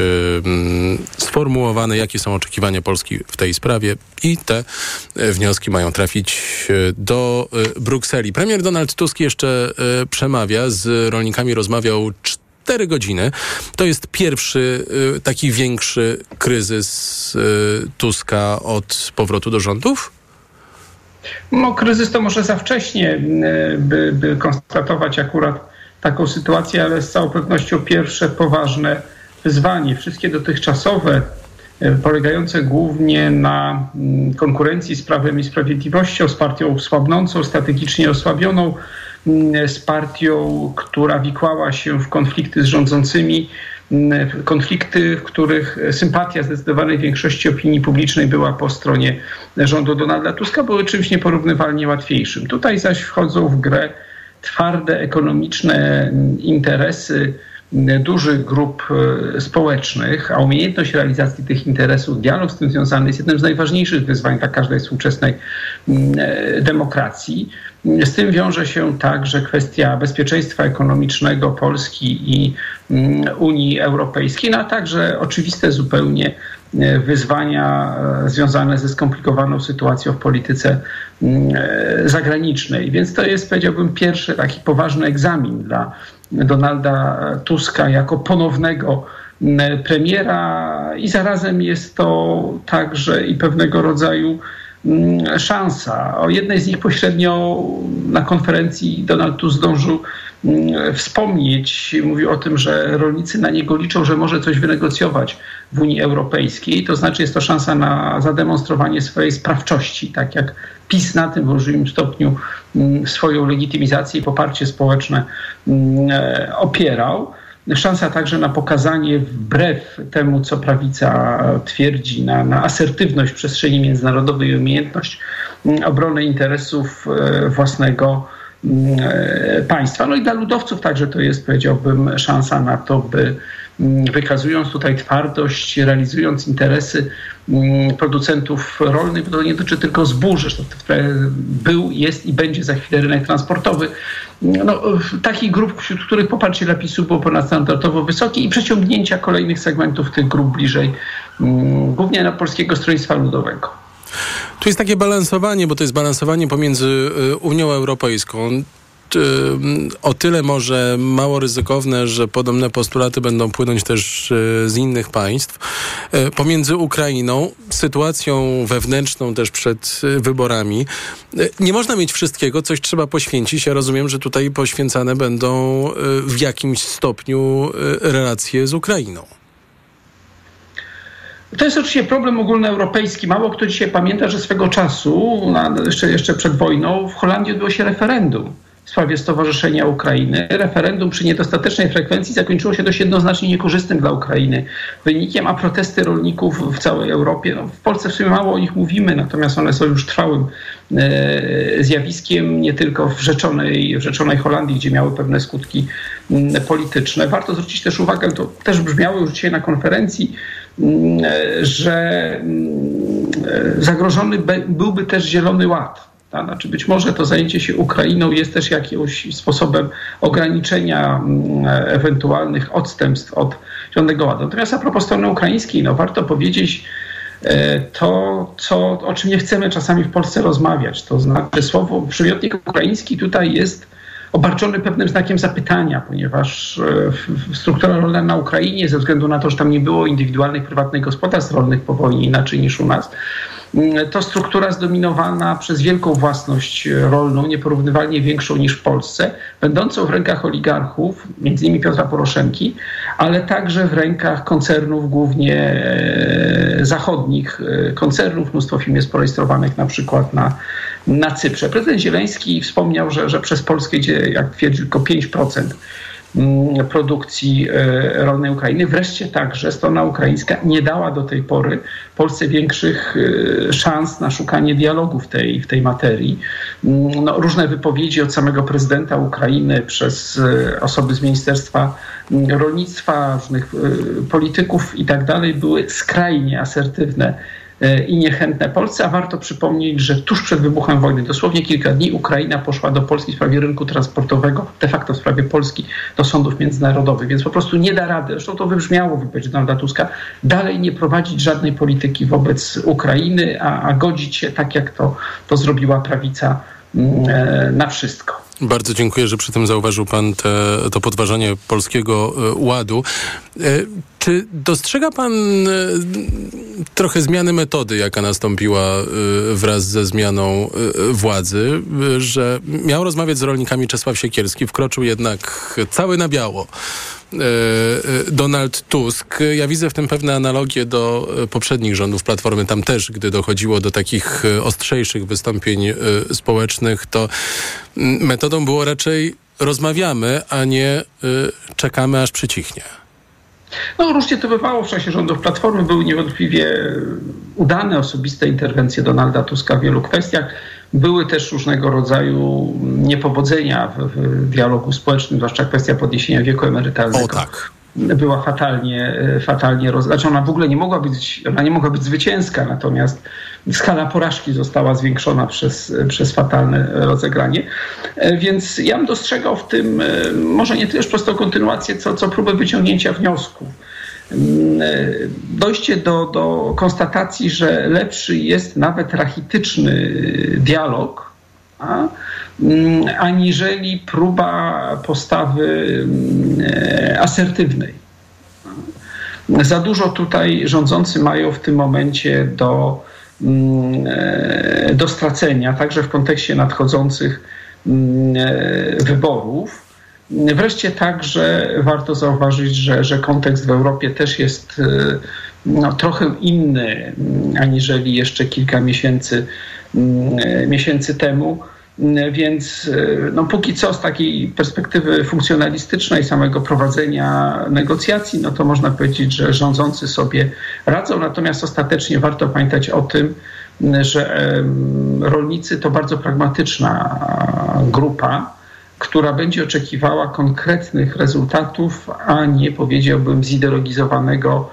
sformułowane? Jakie są oczekiwania Polski w tej sprawie? I te wnioski mają trafić do Brukseli. Premier Donald Tusk jeszcze przemawia, z rolnikami rozmawiał 4 godziny. To jest pierwszy taki większy kryzys Tuska od powrotu do rządów? No, kryzys to może za wcześnie, by konstatować akurat taką sytuację, ale z całą pewnością pierwsze poważne wyzwanie. Wszystkie dotychczasowe, polegające głównie na konkurencji z Prawem i Sprawiedliwością, z partią słabnącą, strategicznie osłabioną, z partią, która wikłała się w konflikty z rządzącymi, konflikty, w których sympatia zdecydowanej większości opinii publicznej była po stronie rządu Donalda Tuska, były czymś nieporównywalnie łatwiejszym. Tutaj zaś wchodzą w grę twarde ekonomiczne interesy dużych grup społecznych, a umiejętność realizacji tych interesów, dialog z tym związany jest jednym z najważniejszych wyzwań dla każdej współczesnej demokracji. Z tym wiąże się także kwestia bezpieczeństwa ekonomicznego Polski i Unii Europejskiej, no a także oczywiste zupełnie wyzwania związane ze skomplikowaną sytuacją w polityce zagranicznej. Więc to jest, powiedziałbym, pierwszy taki poważny egzamin dla Donalda Tuska jako ponownego premiera i zarazem jest to także i pewnego rodzaju szansa. O jednej z nich pośrednio na konferencji Donald Tusk zdążył wspomnieć. Mówił o tym, że rolnicy na niego liczą, że może coś wynegocjować w Unii Europejskiej. To znaczy jest to szansa na zademonstrowanie swojej sprawczości, tak jak PiS na tym w olbrzymim stopniu swoją legitymizację i poparcie społeczne opierał. Szansa także na pokazanie, wbrew temu, co prawica twierdzi, na asertywność w przestrzeni międzynarodowej i umiejętność obrony interesów własnego państwa. No i dla ludowców także to jest, powiedziałbym, szansa na to, by wykazując tutaj twardość, realizując interesy producentów rolnych, bo to nie dotyczy tylko zbóż, był, jest i będzie za chwilę rynek transportowy, takich grup, wśród których poparcie dla PiS-u było ponadstandardowo wysokie i przeciągnięcia kolejnych segmentów tych grup bliżej głównie na Polskiego Stronnictwa Ludowego. Tu jest takie balansowanie, bo to jest balansowanie pomiędzy Unią Europejską. O tyle może mało ryzykowne, że podobne postulaty będą płynąć też z innych państw. Pomiędzy Ukrainą, sytuacją wewnętrzną też przed wyborami. Nie można mieć wszystkiego, coś trzeba poświęcić. Ja rozumiem, że tutaj poświęcane będą w jakimś stopniu relacje z Ukrainą. To jest oczywiście problem ogólnoeuropejski. Mało kto dzisiaj pamięta, że swego czasu, jeszcze przed wojną, w Holandii odbyło się referendum w sprawie stowarzyszenia Ukrainy. Referendum przy niedostatecznej frekwencji zakończyło się dość jednoznacznie niekorzystnym dla Ukrainy wynikiem, a protesty rolników w całej Europie, w Polsce w sumie mało o nich mówimy, natomiast one są już trwałym zjawiskiem, nie tylko w rzeczonej Holandii, gdzie miały pewne skutki polityczne. Warto zwrócić też uwagę, to też brzmiało już dzisiaj na konferencji, że zagrożony byłby też Zielony Ład. Znaczy być może to zajęcie się Ukrainą jest też jakimś sposobem ograniczenia ewentualnych odstępstw od Zielonego Ładu. Natomiast a propos strony ukraińskiej, warto powiedzieć o czym nie chcemy czasami w Polsce rozmawiać. To znaczy przymiotnik ukraiński tutaj jest obarczony pewnym znakiem zapytania, ponieważ struktura rolna na Ukrainie, ze względu na to, że tam nie było indywidualnych, prywatnych gospodarstw rolnych po wojnie, inaczej niż u nas, to struktura zdominowana przez wielką własność rolną, nieporównywalnie większą niż w Polsce, będącą w rękach oligarchów, między innymi Piotra Poroszenki, ale także w rękach koncernów głównie zachodnich koncernów. Mnóstwo firm jest porejestrowanych na przykład na Cyprze. Prezydent Zieleński wspomniał, że przez Polskę idzie, jak twierdził, tylko 5% produkcji rolnej Ukrainy. Wreszcie także strona ukraińska nie dała do tej pory Polsce większych szans na szukanie dialogu w tej materii. Różne wypowiedzi od samego prezydenta Ukrainy przez osoby z Ministerstwa Rolnictwa, różnych polityków i tak dalej były skrajnie asertywne i niechętne Polsce, a warto przypomnieć, że tuż przed wybuchem wojny, dosłownie kilka dni, Ukraina poszła do Polski w sprawie rynku transportowego, de facto w sprawie Polski, do sądów międzynarodowych, więc po prostu nie da rady, zresztą to wybrzmiało w wypowiedzi Donalda Tuska, dalej nie prowadzić żadnej polityki wobec Ukrainy, a godzić się tak, jak to zrobiła prawica na wszystko. Bardzo dziękuję, że przy tym zauważył pan to podważanie Polskiego Ładu. Czy dostrzega pan trochę zmiany metody, jaka nastąpiła wraz ze zmianą władzy, że miał rozmawiać z rolnikami Czesław Siekierski, wkroczył jednak cały na biało Donald Tusk. Ja widzę w tym pewne analogie do poprzednich rządów Platformy. Tam też, gdy dochodziło do takich ostrzejszych wystąpień społecznych, to metodą było raczej rozmawiamy, a nie czekamy, aż przycichnie. Różnie to bywało w czasie rządów Platformy. Były niewątpliwie udane osobiste interwencje Donalda Tuska w wielu kwestiach. Były też różnego rodzaju niepowodzenia w dialogu społecznym, zwłaszcza kwestia podniesienia wieku emerytalnego. O tak. Była fatalnie znaczy ona w ogóle nie mogła być zwycięska, natomiast skala porażki została zwiększona przez fatalne rozegranie. Więc ja bym dostrzegał w tym może nie tyle prostą kontynuację, co próbę wyciągnięcia wniosków. Dojście do konstatacji, że lepszy jest nawet rachityczny dialog, aniżeli próba postawy asertywnej. Za dużo tutaj rządzący mają w tym momencie do stracenia, także w kontekście nadchodzących wyborów. Wreszcie także warto zauważyć, że kontekst w Europie też jest trochę inny, aniżeli jeszcze kilka miesięcy temu. Więc póki co z takiej perspektywy funkcjonalistycznej samego prowadzenia negocjacji, to można powiedzieć, że rządzący sobie radzą. Natomiast ostatecznie warto pamiętać o tym, że rolnicy to bardzo pragmatyczna grupa, która będzie oczekiwała konkretnych rezultatów, a nie, powiedziałbym, zideologizowanego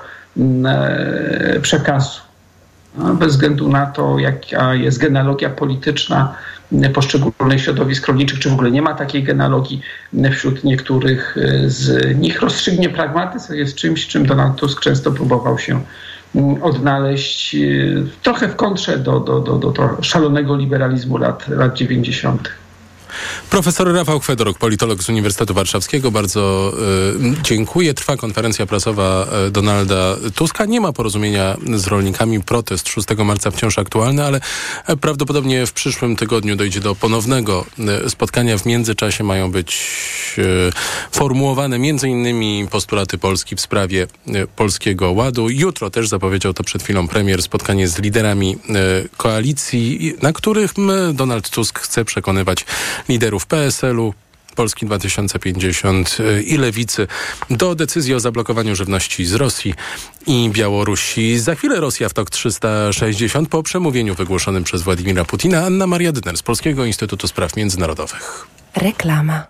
przekazu. Bez względu na to, jaka jest genealogia polityczna poszczególnych środowisk rolniczych, czy w ogóle nie ma takiej genealogii wśród niektórych z nich. Rozstrzygnie pragmatyzm, jest czymś, czym Donald Tusk często próbował się odnaleźć, trochę w kontrze do szalonego liberalizmu lat 90. Profesor Rafał Chwedoruk, politolog z Uniwersytetu Warszawskiego. Bardzo dziękuję. Trwa konferencja prasowa Donalda Tuska. Nie ma porozumienia z rolnikami. Protest 6 marca wciąż aktualny, ale prawdopodobnie w przyszłym tygodniu dojdzie do ponownego spotkania. W międzyczasie mają być formułowane m.in. postulaty Polski w sprawie Polskiego Ładu. Jutro też zapowiedział to przed chwilą premier spotkanie z liderami koalicji, na których Donald Tusk chce przekonywać liderów PSL-u, Polski 2050 i Lewicy do decyzji o zablokowaniu żywności z Rosji i Białorusi. Za chwilę Rosja w TOK 360 po przemówieniu wygłoszonym przez Władimira Putina. Anna Maria Dyner z Polskiego Instytutu Spraw Międzynarodowych. Reklama.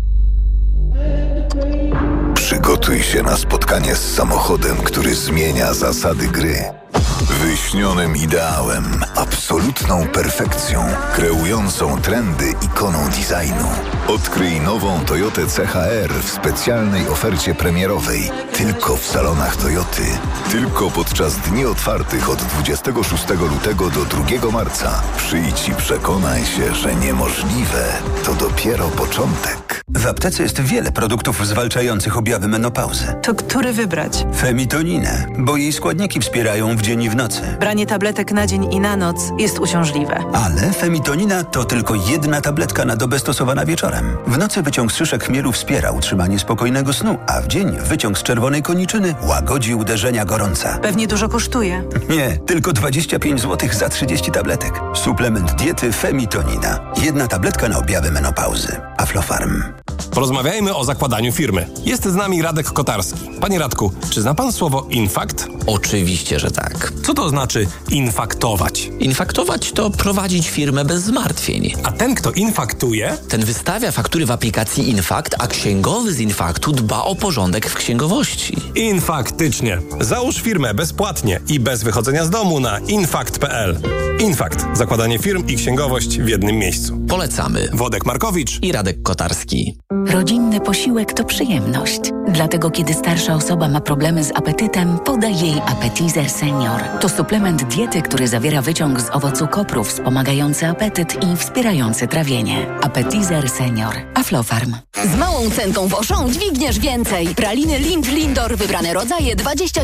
Przygotuj się na spotkanie z samochodem, który zmienia zasady gry. Wyśnionym ideałem, absolutną perfekcją, kreującą trendy ikoną designu. Odkryj nową Toyotę CHR w specjalnej ofercie premierowej. Tylko w salonach Toyoty. Tylko podczas dni otwartych od 26 lutego do 2 marca. Przyjdź i przekonaj się, że niemożliwe to dopiero początek. W aptece jest wiele produktów zwalczających objawy menopauzy. To który wybrać? Femitoninę, bo jej składniki wspierają w dzień i w nocy. Branie tabletek na dzień i na noc jest uciążliwe. Ale femitonina to tylko jedna tabletka na dobę stosowana wieczorem. W nocy wyciąg z szyszek chmielu wspiera utrzymanie spokojnego snu, a w dzień wyciąg z czerwonej koniczyny łagodzi uderzenia gorąca. Pewnie dużo kosztuje. Nie, tylko 25 zł za 30 tabletek. Suplement diety femitonina. Jedna tabletka na objawy menopauzy. Aflofarm. Porozmawiajmy o zakładaniu firmy. Jest z nami Radek Kotarski. Panie Radku, czy zna pan słowo infakt? Oczywiście, że tak. Co to znaczy infaktować? Infaktować to prowadzić firmę bez zmartwień. A ten, kto infaktuje? Ten wystawia faktury w aplikacji Infakt, a księgowy z Infaktu dba o porządek w księgowości. Infaktycznie. Załóż firmę bezpłatnie i bez wychodzenia z domu na infakt.pl. Infakt. Zakładanie firm i księgowość w jednym miejscu. Polecamy. Wodek Markowicz i Radek Kotarski. Rodzinny posiłek to przyjemność. Dlatego kiedy starsza osoba ma problemy z apetytem, podaj jej Appetizer Senior. To suplement diety, który zawiera wyciąg z owocu kopru wspomagający apetyt i wspierający trawienie. Appetizer Senior. Aflofarm. Z małą cenką w Auchan dźwigniesz więcej. Praliny Lindt Lindor, wybrane rodzaje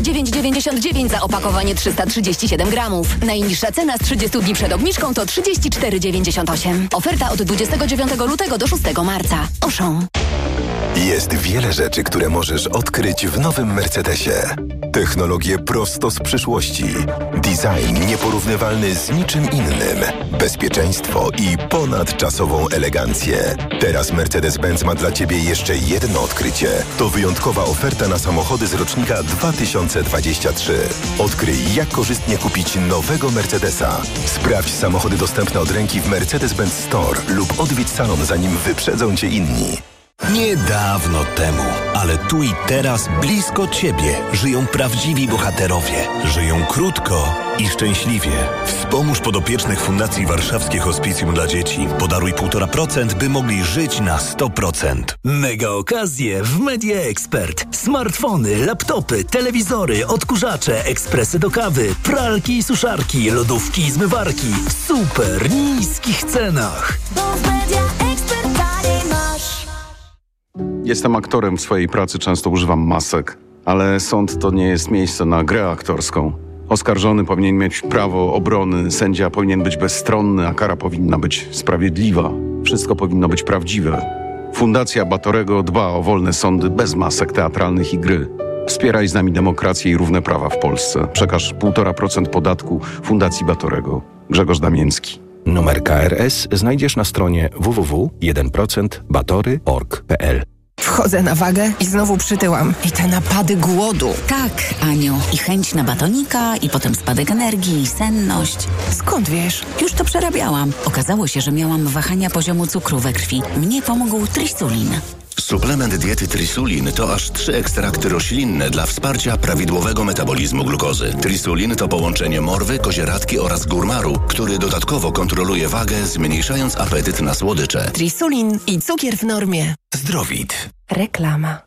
29,99 za opakowanie 337 gramów. Najniższa cena z 30 dni przed obniżką to 34,98. Oferta od 29 lutego do 6 marca. Auchan. Jest wiele rzeczy, które możesz odkryć w nowym Mercedesie. Technologie prosto z przyszłości. Design nieporównywalny z niczym innym. Bezpieczeństwo i ponadczasową elegancję. Teraz Mercedes-Benz ma dla Ciebie jeszcze jedno odkrycie. To wyjątkowa oferta na samochody z rocznika 2023. Odkryj, jak korzystnie kupić nowego Mercedesa. Sprawdź samochody dostępne od ręki w Mercedes-Benz Store lub odwiedź salon, zanim wyprzedzą Cię inni. Nie dawno temu, ale tu i teraz blisko Ciebie żyją prawdziwi bohaterowie. Żyją krótko i szczęśliwie. Wspomóż podopiecznych Fundacji Warszawskie Hospicjum dla Dzieci. Podaruj 1,5%, by mogli żyć na 100%. Mega okazje w Media Expert. Smartfony, laptopy, telewizory, odkurzacze, ekspresy do kawy, pralki i suszarki, lodówki i zmywarki w super niskich cenach. Jestem aktorem w swojej pracy, często używam masek, ale sąd to nie jest miejsce na grę aktorską. Oskarżony powinien mieć prawo obrony, sędzia powinien być bezstronny, a kara powinna być sprawiedliwa. Wszystko powinno być prawdziwe. Fundacja Batorego dba o wolne sądy bez masek teatralnych i gry. Wspieraj z nami demokrację i równe prawa w Polsce. Przekaż 1,5% podatku Fundacji Batorego. Grzegorz Damiński. Numer KRS znajdziesz na stronie www.1%batory.org.pl. Wchodzę na wagę i znowu przytyłam. I te napady głodu. Tak, Aniu. I chęć na batonika, i potem spadek energii, i senność. Skąd wiesz? Już to przerabiałam. Okazało się, że miałam wahania poziomu cukru we krwi. Mnie pomógł Trisulin. Suplement diety Trisulin to aż 3 ekstrakty roślinne dla wsparcia prawidłowego metabolizmu glukozy. Trisulin to połączenie morwy, kozieradki oraz górmaru, który dodatkowo kontroluje wagę, zmniejszając apetyt na słodycze. Trisulin i cukier w normie. Zdrowit. Reklama.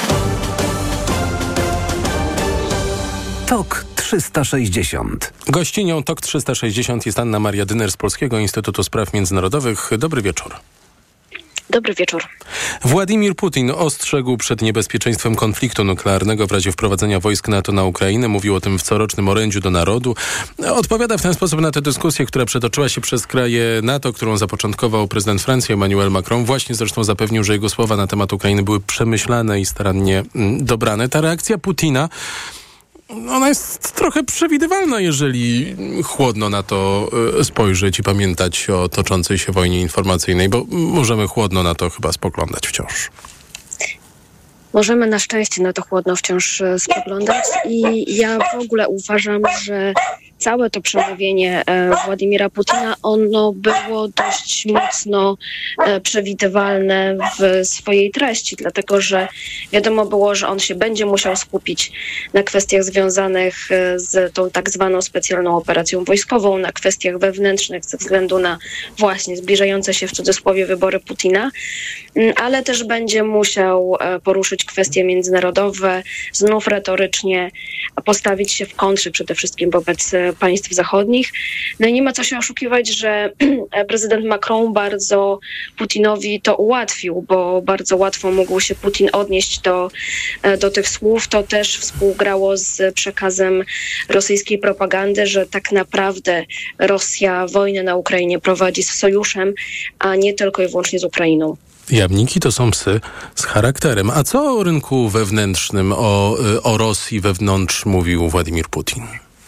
TOK 360. Gościnią TOK 360 jest Anna Maria Dyner z Polskiego Instytutu Spraw Międzynarodowych. Dobry wieczór. Dobry wieczór. Władimir Putin ostrzegł przed niebezpieczeństwem konfliktu nuklearnego w razie wprowadzenia wojsk NATO na Ukrainę. Mówił o tym w corocznym orędziu do narodu. Odpowiada w ten sposób na tę dyskusję, która przetoczyła się przez kraje NATO, którą zapoczątkował prezydent Francji Emmanuel Macron. Właśnie zresztą zapewnił, że jego słowa na temat Ukrainy były przemyślane i starannie dobrane. Ta reakcja Putina, ona jest trochę przewidywalna, jeżeli chłodno na to spojrzeć i pamiętać o toczącej się wojnie informacyjnej, bo możemy chłodno na to chyba spoglądać wciąż. Możemy na szczęście na to chłodno wciąż spoglądać i ja w ogóle uważam, że całe to przemówienie Władimira Putina, ono było dość mocno przewidywalne w swojej treści, dlatego że wiadomo było, że on się będzie musiał skupić na kwestiach związanych z tą tak zwaną specjalną operacją wojskową, na kwestiach wewnętrznych ze względu na właśnie zbliżające się w cudzysłowie wybory Putina, ale też będzie musiał poruszyć kwestie międzynarodowe, znów retorycznie postawić się w kontrze przede wszystkim wobec państw zachodnich. No i nie ma co się oszukiwać, że prezydent Macron bardzo Putinowi to ułatwił, bo bardzo łatwo mógł się Putin odnieść do tych słów. To też współgrało z przekazem rosyjskiej propagandy, że tak naprawdę Rosja wojnę na Ukrainie prowadzi z sojuszem, a nie tylko i wyłącznie z Ukrainą. Jamniki to są psy z charakterem. A co o rynku wewnętrznym, o Rosji wewnątrz mówił Władimir Putin?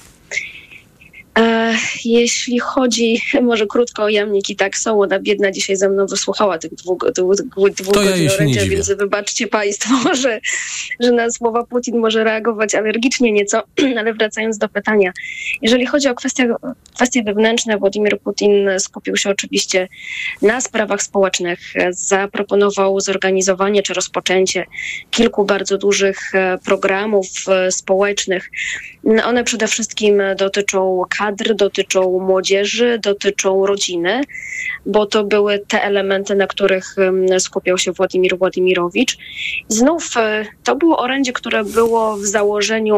Jeśli chodzi, może krótko o jamniki, tak są, ona biedna dzisiaj ze mną wysłuchała tych dwóch godzin orędzia, więc wybaczcie państwo, że na słowa Putin może reagować alergicznie nieco, ale wracając do pytania. Jeżeli chodzi o kwestie wewnętrzne, Władimir Putin skupił się oczywiście na sprawach społecznych, zaproponował zorganizowanie czy rozpoczęcie kilku bardzo dużych programów społecznych. One przede wszystkim dotyczą kadr, dotyczą młodzieży, dotyczą rodziny, bo to były te elementy, na których skupiał się Władimir Władimirowicz. Znów to było orędzie, które było w założeniu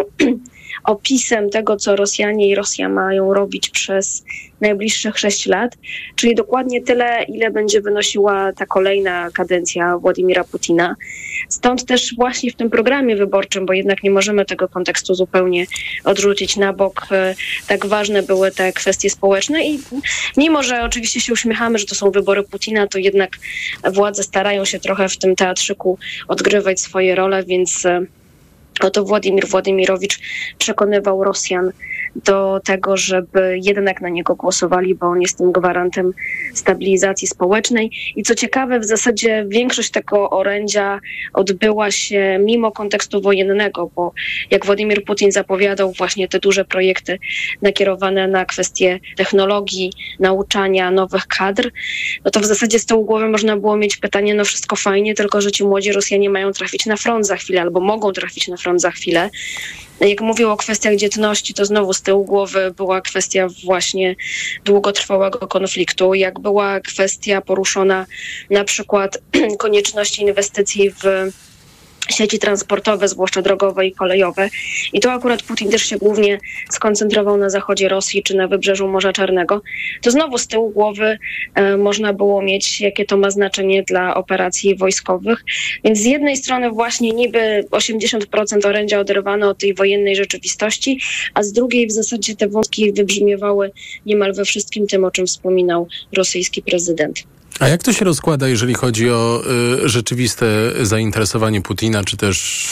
opisem tego, co Rosjanie i Rosja mają robić przez najbliższych 6 lat, czyli dokładnie tyle, ile będzie wynosiła ta kolejna kadencja Władimira Putina. Stąd też właśnie w tym programie wyborczym, bo jednak nie możemy tego kontekstu zupełnie odrzucić na bok, tak ważne były te kwestie społeczne i mimo, że oczywiście się uśmiechamy, że to są wybory Putina, to jednak władze starają się trochę w tym teatrzyku odgrywać swoje role, więc oto Władimir Władimirowicz przekonywał Rosjan do tego, żeby jednak na niego głosowali, bo on jest tym gwarantem stabilizacji społecznej. I co ciekawe, w zasadzie większość tego orędzia odbyła się mimo kontekstu wojennego, bo jak Władimir Putin zapowiadał właśnie te duże projekty nakierowane na kwestie technologii, nauczania nowych kadr, no to w zasadzie z tyłu głowy można było mieć pytanie, no wszystko fajnie, tylko że ci młodzi Rosjanie mają trafić na front za chwilę albo mogą trafić na front za chwilę. Jak mówił o kwestiach dzietności, to znowu z tyłu głowy była kwestia właśnie długotrwałego konfliktu, jak była kwestia poruszona na przykład konieczności inwestycji w sieci transportowe, zwłaszcza drogowe i kolejowe. I to akurat Putin też się głównie skoncentrował na zachodzie Rosji czy na wybrzeżu Morza Czarnego. To znowu z tyłu głowy można było mieć, jakie to ma znaczenie dla operacji wojskowych. Więc z jednej strony właśnie niby 80% orędzia oderwano od tej wojennej rzeczywistości, a z drugiej w zasadzie te wątki wybrzmiewały niemal we wszystkim tym, o czym wspominał rosyjski prezydent. A jak to się rozkłada, jeżeli chodzi o rzeczywiste zainteresowanie Putina, czy też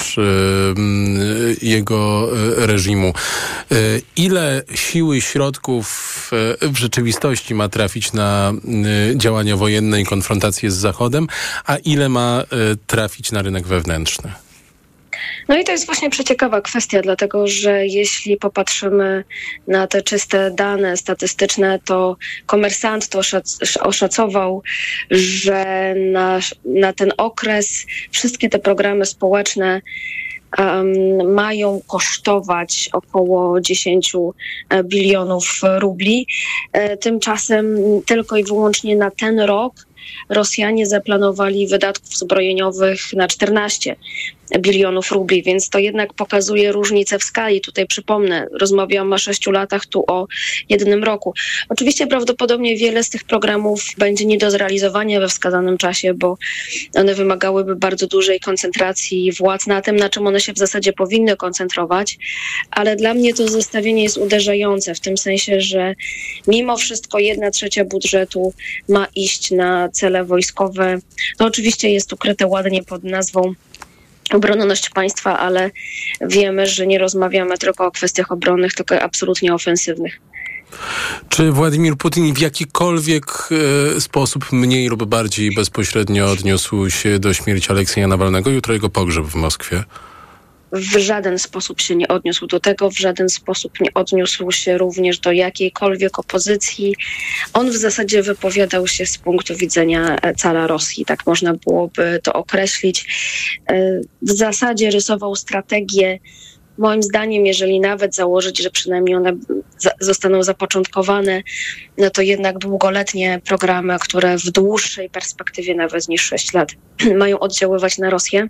jego reżimu? Ile siły, środków w rzeczywistości ma trafić na działania wojenne i konfrontacje z Zachodem, a ile ma trafić na rynek wewnętrzny? No i to jest właśnie przeciekawa kwestia, dlatego że jeśli popatrzymy na te czyste dane statystyczne, to Komersant to oszacował, że na ten okres wszystkie te programy społeczne mają kosztować około 10 bilionów rubli. Tymczasem tylko i wyłącznie na ten rok Rosjanie zaplanowali wydatków zbrojeniowych na 14 bilionów rubli, więc to jednak pokazuje różnicę w skali. Tutaj przypomnę, rozmawiałam o 6 latach, tu o 1 roku. Oczywiście prawdopodobnie wiele z tych programów będzie nie do zrealizowania we wskazanym czasie, bo one wymagałyby bardzo dużej koncentracji władz na tym, na czym one się w zasadzie powinny koncentrować, ale dla mnie to zestawienie jest uderzające w tym sensie, że mimo wszystko 1/3 budżetu ma iść na cele wojskowe. No oczywiście jest ukryte ładnie pod nazwą obronność państwa, ale wiemy, że nie rozmawiamy tylko o kwestiach obronnych, tylko absolutnie ofensywnych. Czy Władimir Putin w jakikolwiek sposób mniej lub bardziej bezpośrednio odniósł się do śmierci Aleksieja Nawalnego? Jutro jego pogrzeb w Moskwie. W żaden sposób się nie odniósł do tego, w żaden sposób nie odniósł się również do jakiejkolwiek opozycji. On w zasadzie wypowiadał się z punktu widzenia cara Rosji, tak można byłoby to określić. W zasadzie rysował strategię, moim zdaniem, jeżeli nawet założyć, że przynajmniej one zostaną zapoczątkowane, no to jednak długoletnie programy, które w dłuższej perspektywie, nawet niż 6 lat, mają oddziaływać na Rosję.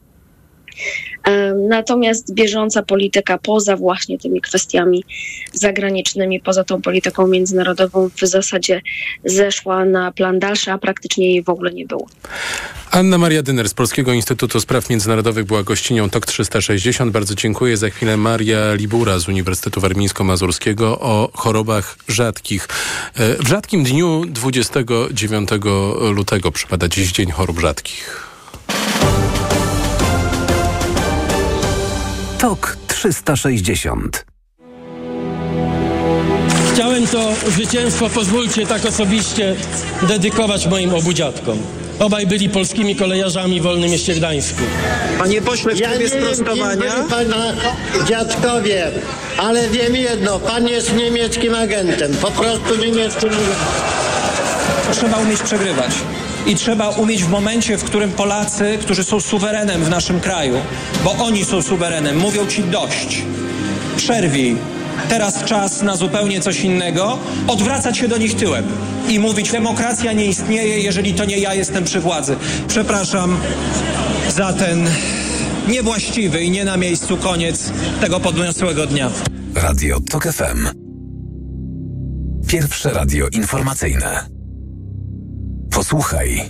Natomiast bieżąca polityka poza właśnie tymi kwestiami zagranicznymi, poza tą polityką międzynarodową w zasadzie zeszła na plan dalszy, a praktycznie jej w ogóle nie było. Anna Maria Dyner z Polskiego Instytutu Spraw Międzynarodowych była gościnią TOK 360. Bardzo dziękuję. Za chwilę Maria Libura z Uniwersytetu Warmińsko-Mazurskiego o chorobach rzadkich. W rzadkim dniu 29 lutego przypada dziś Dzień Chorób Rzadkich. TOK 360. Chciałem to zwycięstwo, pozwólcie tak osobiście, dedykować moim obu dziadkom. Obaj byli polskimi kolejarzami w Wolnym Mieście Gdańsku. Panie pośle, w trybie sprostowania... Ja nie wiem, pana dziadkowie, ale wiem jedno, pan jest niemieckim agentem, po prostu niemieckim agentem. Trzeba umieć przegrywać. I trzeba umieć w momencie, w którym Polacy, którzy są suwerenem w naszym kraju, bo oni są suwerenem, mówią ci dość, przerwij, teraz czas na zupełnie coś innego, odwracać się do nich tyłem i mówić, demokracja nie istnieje, jeżeli to nie ja jestem przy władzy. Przepraszam za ten niewłaściwy i nie na miejscu koniec tego podniosłego dnia. Radio TOK FM. Pierwsze radio informacyjne. Posłuchaj,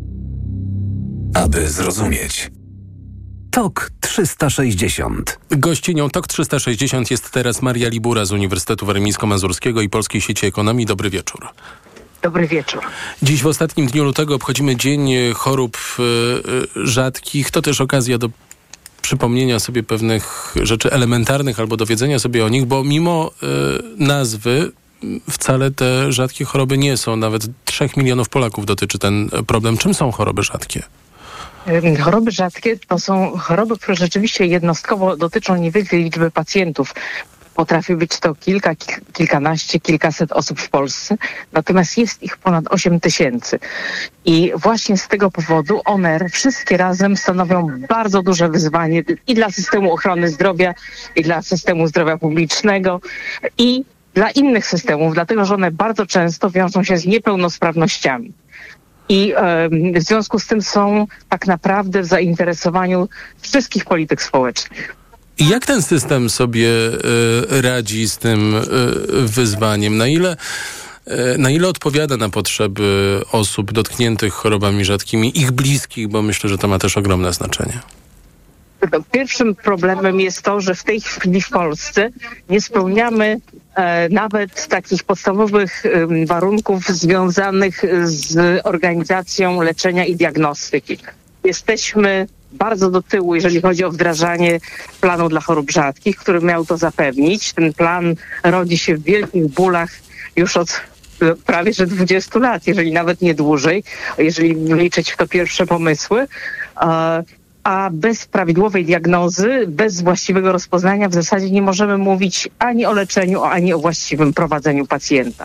aby zrozumieć. TOK 360. Gościnią TOK 360 jest teraz Maria Libura z Uniwersytetu Warmińsko-Mazurskiego i Polskiej Sieci Ekonomii. Dobry wieczór. Dobry wieczór. Dziś w ostatnim dniu lutego obchodzimy Dzień Chorób Rzadkich. To też okazja do przypomnienia sobie pewnych rzeczy elementarnych albo dowiedzenia sobie o nich, bo mimo nazwy wcale te rzadkie choroby nie są. Nawet 3 milionów Polaków dotyczy ten problem. Czym są choroby rzadkie? Choroby rzadkie to są choroby, które rzeczywiście jednostkowo dotyczą niewielkiej liczby pacjentów. Potrafi być to kilkanaście, kilkaset osób w Polsce, natomiast jest ich ponad 8 000. I właśnie z tego powodu one wszystkie razem stanowią bardzo duże wyzwanie i dla systemu ochrony zdrowia, i dla systemu zdrowia publicznego, i dla innych systemów, dlatego że one bardzo często wiążą się z niepełnosprawnościami. I w związku z tym są tak naprawdę w zainteresowaniu wszystkich polityk społecznych. I jak ten system sobie radzi z tym wyzwaniem? Na ile odpowiada na potrzeby osób dotkniętych chorobami rzadkimi, ich bliskich, bo myślę, że to ma też ogromne znaczenie. Pierwszym problemem jest to, że w tej chwili w Polsce nie spełniamy nawet takich podstawowych warunków związanych z organizacją leczenia i diagnostyki. Jesteśmy bardzo do tyłu, jeżeli chodzi o wdrażanie planu dla chorób rzadkich, który miał to zapewnić. Ten plan rodzi się w wielkich bólach już od prawie że 20 lat, jeżeli nawet nie dłużej, jeżeli liczyć w to pierwsze pomysły. a bez prawidłowej diagnozy, bez właściwego rozpoznania w zasadzie nie możemy mówić ani o leczeniu, ani o właściwym prowadzeniu pacjenta.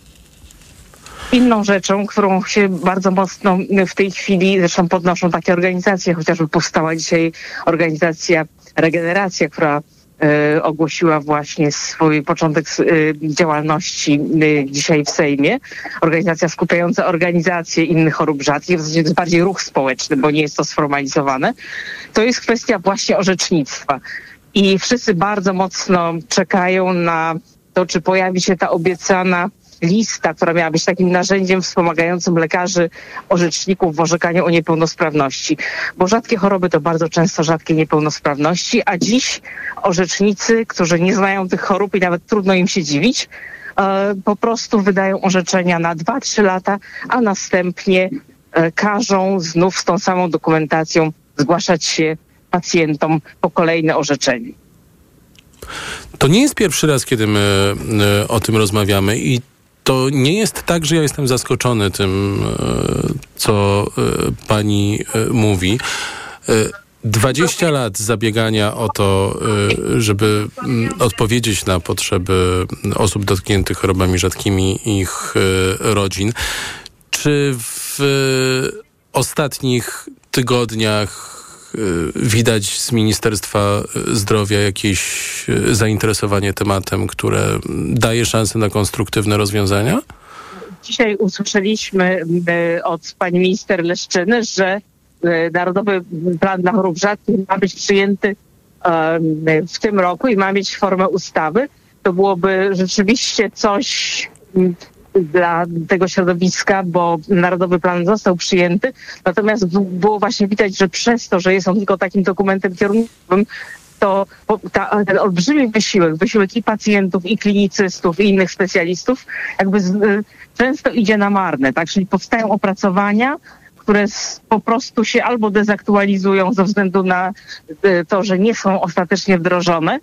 Inną rzeczą, którą się bardzo mocno w tej chwili zresztą podnoszą takie organizacje, chociażby powstała dzisiaj organizacja Regeneracja, która ogłosiła właśnie swój początek działalności dzisiaj w Sejmie. Organizacja skupiająca organizacje innych chorób rzadkich, w zasadzie to jest bardziej ruch społeczny, bo nie jest to sformalizowane. To jest kwestia właśnie orzecznictwa. I wszyscy bardzo mocno czekają na to, czy pojawi się ta obiecana lista, która miała być takim narzędziem wspomagającym lekarzy, orzeczników w orzekaniu o niepełnosprawności. Bo rzadkie choroby to bardzo często rzadkie niepełnosprawności, a dziś orzecznicy, którzy nie znają tych chorób i nawet trudno im się dziwić, po prostu wydają orzeczenia na 2-3 lata, a następnie każą znów z tą samą dokumentacją zgłaszać się pacjentom po kolejne orzeczenie. To nie jest pierwszy raz, kiedy my o tym rozmawiamy i to nie jest tak, że ja jestem zaskoczony tym, co pani mówi. 20 lat zabiegania o to, żeby odpowiedzieć na potrzeby osób dotkniętych chorobami rzadkimi i ich rodzin. Czy w ostatnich tygodniach widać z Ministerstwa Zdrowia jakieś zainteresowanie tematem, które daje szansę na konstruktywne rozwiązania? Dzisiaj usłyszeliśmy od pani minister Leszczyny, że Narodowy Plan dla Chorób Rzadkich ma być przyjęty w tym roku i ma mieć formę ustawy. To byłoby rzeczywiście coś dla tego środowiska, ten Narodowy Plan został przyjęty, natomiast było właśnie widać, że przez to, że jest on tylko takim dokumentem kierunkowym, to ten olbrzymi wysiłek i pacjentów, i klinicystów, i innych specjalistów jakby często idzie na marne, tak? Czyli powstają opracowania, które po prostu się albo dezaktualizują ze względu na to, że nie są ostatecznie wdrożone,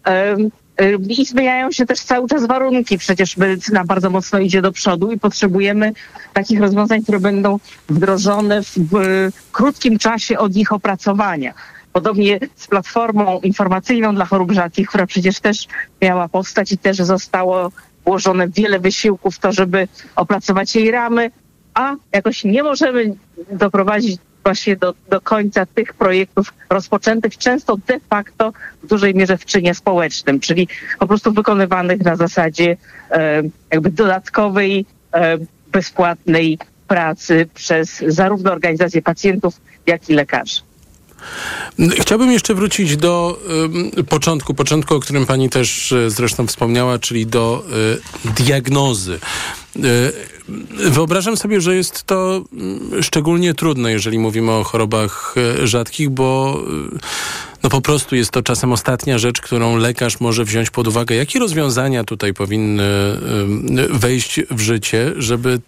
i zmieniają się też cały czas warunki. Przecież medycyna bardzo mocno idzie do przodu i potrzebujemy takich rozwiązań, które będą wdrożone w krótkim czasie od ich opracowania. Podobnie z platformą informacyjną dla chorób rzadkich, która przecież też miała powstać i też zostało włożone wiele wysiłków w to, żeby opracować jej ramy, a jakoś nie możemy doprowadzić właśnie do końca tych projektów rozpoczętych, często de facto w dużej mierze w czynie społecznym, czyli po prostu wykonywanych na zasadzie jakby dodatkowej, bezpłatnej pracy przez zarówno organizacje pacjentów, jak i lekarzy. Chciałbym jeszcze wrócić do początku, o którym pani też zresztą wspomniała, czyli do diagnozy. Wyobrażam sobie, że jest to szczególnie trudne, jeżeli mówimy o chorobach rzadkich, bo po prostu jest to czasem ostatnia rzecz, którą lekarz może wziąć pod uwagę. Jakie rozwiązania tutaj powinny wejść w życie, żeby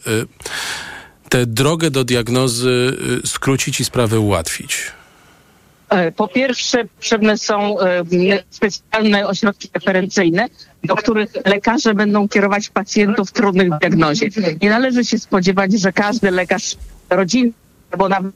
tę drogę do diagnozy skrócić i sprawę ułatwić? Po pierwsze, potrzebne są specjalne ośrodki referencyjne, do których lekarze będą kierować pacjentów trudnych w diagnozie. Nie należy się spodziewać, że każdy lekarz rodzinny albo nawet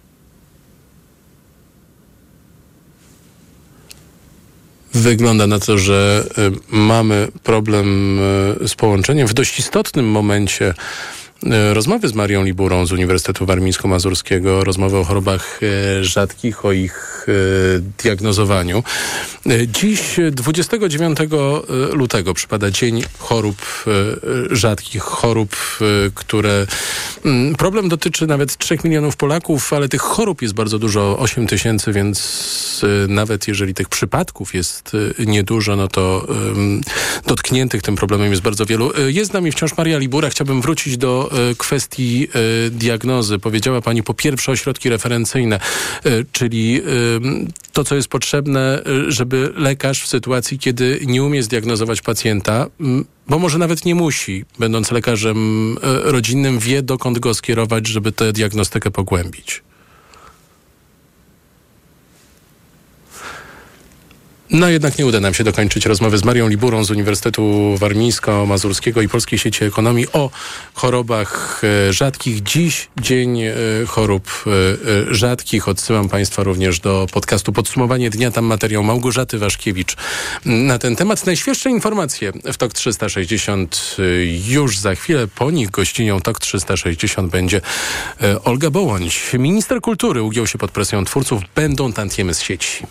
Wygląda na to, że mamy problem z połączeniem. W dość istotnym momencie rozmowy z Marią Liburą z Uniwersytetu Warmińsko-Mazurskiego, rozmowy o chorobach rzadkich, o ich diagnozowaniu. Dziś, 29 lutego, przypada Dzień Chorób Rzadkich, chorób, które... Problem dotyczy nawet 3 milionów Polaków, ale tych chorób jest bardzo dużo, 8 tysięcy, więc nawet jeżeli tych przypadków jest niedużo, no to dotkniętych tym problemem jest bardzo wielu. Jest z nami wciąż Maria Libura. Chciałbym wrócić do kwestii diagnozy. Powiedziała pani po pierwsze ośrodki referencyjne, czyli to, co jest potrzebne, żeby lekarz w sytuacji, kiedy nie umie zdiagnozować pacjenta, bo może nawet nie musi, będąc lekarzem rodzinnym, wie, dokąd go skierować, żeby tę diagnostykę pogłębić. No jednak nie uda nam się dokończyć rozmowy z Marią Liburą z Uniwersytetu Warmińsko-Mazurskiego i Polskiej Sieci Ekonomii o chorobach rzadkich. Dziś Dzień Chorób Rzadkich. Odsyłam Państwa również do podcastu Podsumowanie Dnia. Tam materiał Małgorzaty Waszkiewicz na ten temat. Najświeższe informacje w TOK 360 już za chwilę. Po nich gościnią TOK 360 będzie Olga Bołądź. Minister kultury ugiął się pod presją twórców. Będą tantiemy z sieci.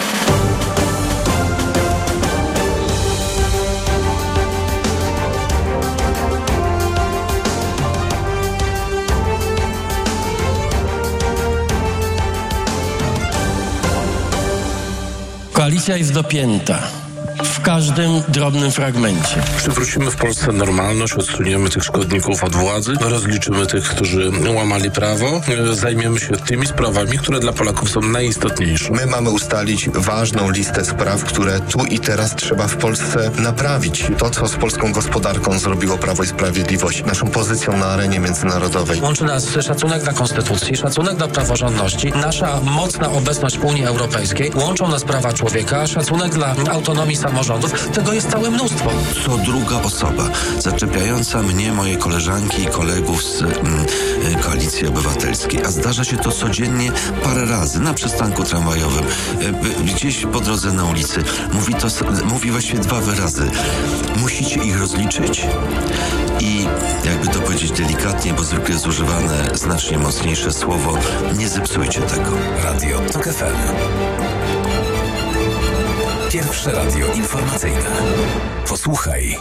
Koalicja jest dopięta w każdym drobnym fragmencie. Przywrócimy w Polsce normalność, odsuniemy tych szkodników od władzy, rozliczymy tych, którzy łamali prawo, zajmiemy się tymi sprawami, które dla Polaków są najistotniejsze. My mamy ustalić ważną listę spraw, które tu i teraz trzeba w Polsce naprawić. To, co z polską gospodarką zrobiło Prawo i Sprawiedliwość, naszą pozycją na arenie międzynarodowej. Łączy nas szacunek dla konstytucji, szacunek dla praworządności, nasza mocna obecność w Unii Europejskiej, łączą nas prawa człowieka, szacunek dla autonomii samorządów. Tego jest całe mnóstwo. Co druga osoba zaczepiająca mnie, moje koleżanki i kolegów z Koalicji Obywatelskiej, a zdarza się to codziennie parę razy na przystanku tramwajowym, gdzieś po drodze na ulicy. Mówi właściwie dwa wyrazy. Musicie ich rozliczyć i jakby to powiedzieć delikatnie, bo zwykle jest używane znacznie mocniejsze słowo, nie zepsujcie tego. Radio TOK FM. Pierwsze radio informacyjne. Posłuchaj,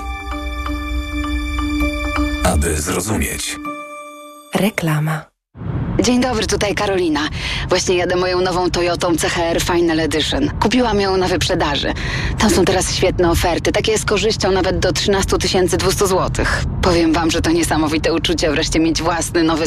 aby zrozumieć. Reklama. Dzień dobry, tutaj Karolina. Właśnie jadę moją nową Toyotą CHR Final Edition. Kupiłam ją na wyprzedaży. Tam są teraz świetne oferty, takie z korzyścią nawet do 13 200 zł. Powiem wam, że to niesamowite uczucie wreszcie mieć własny, nowy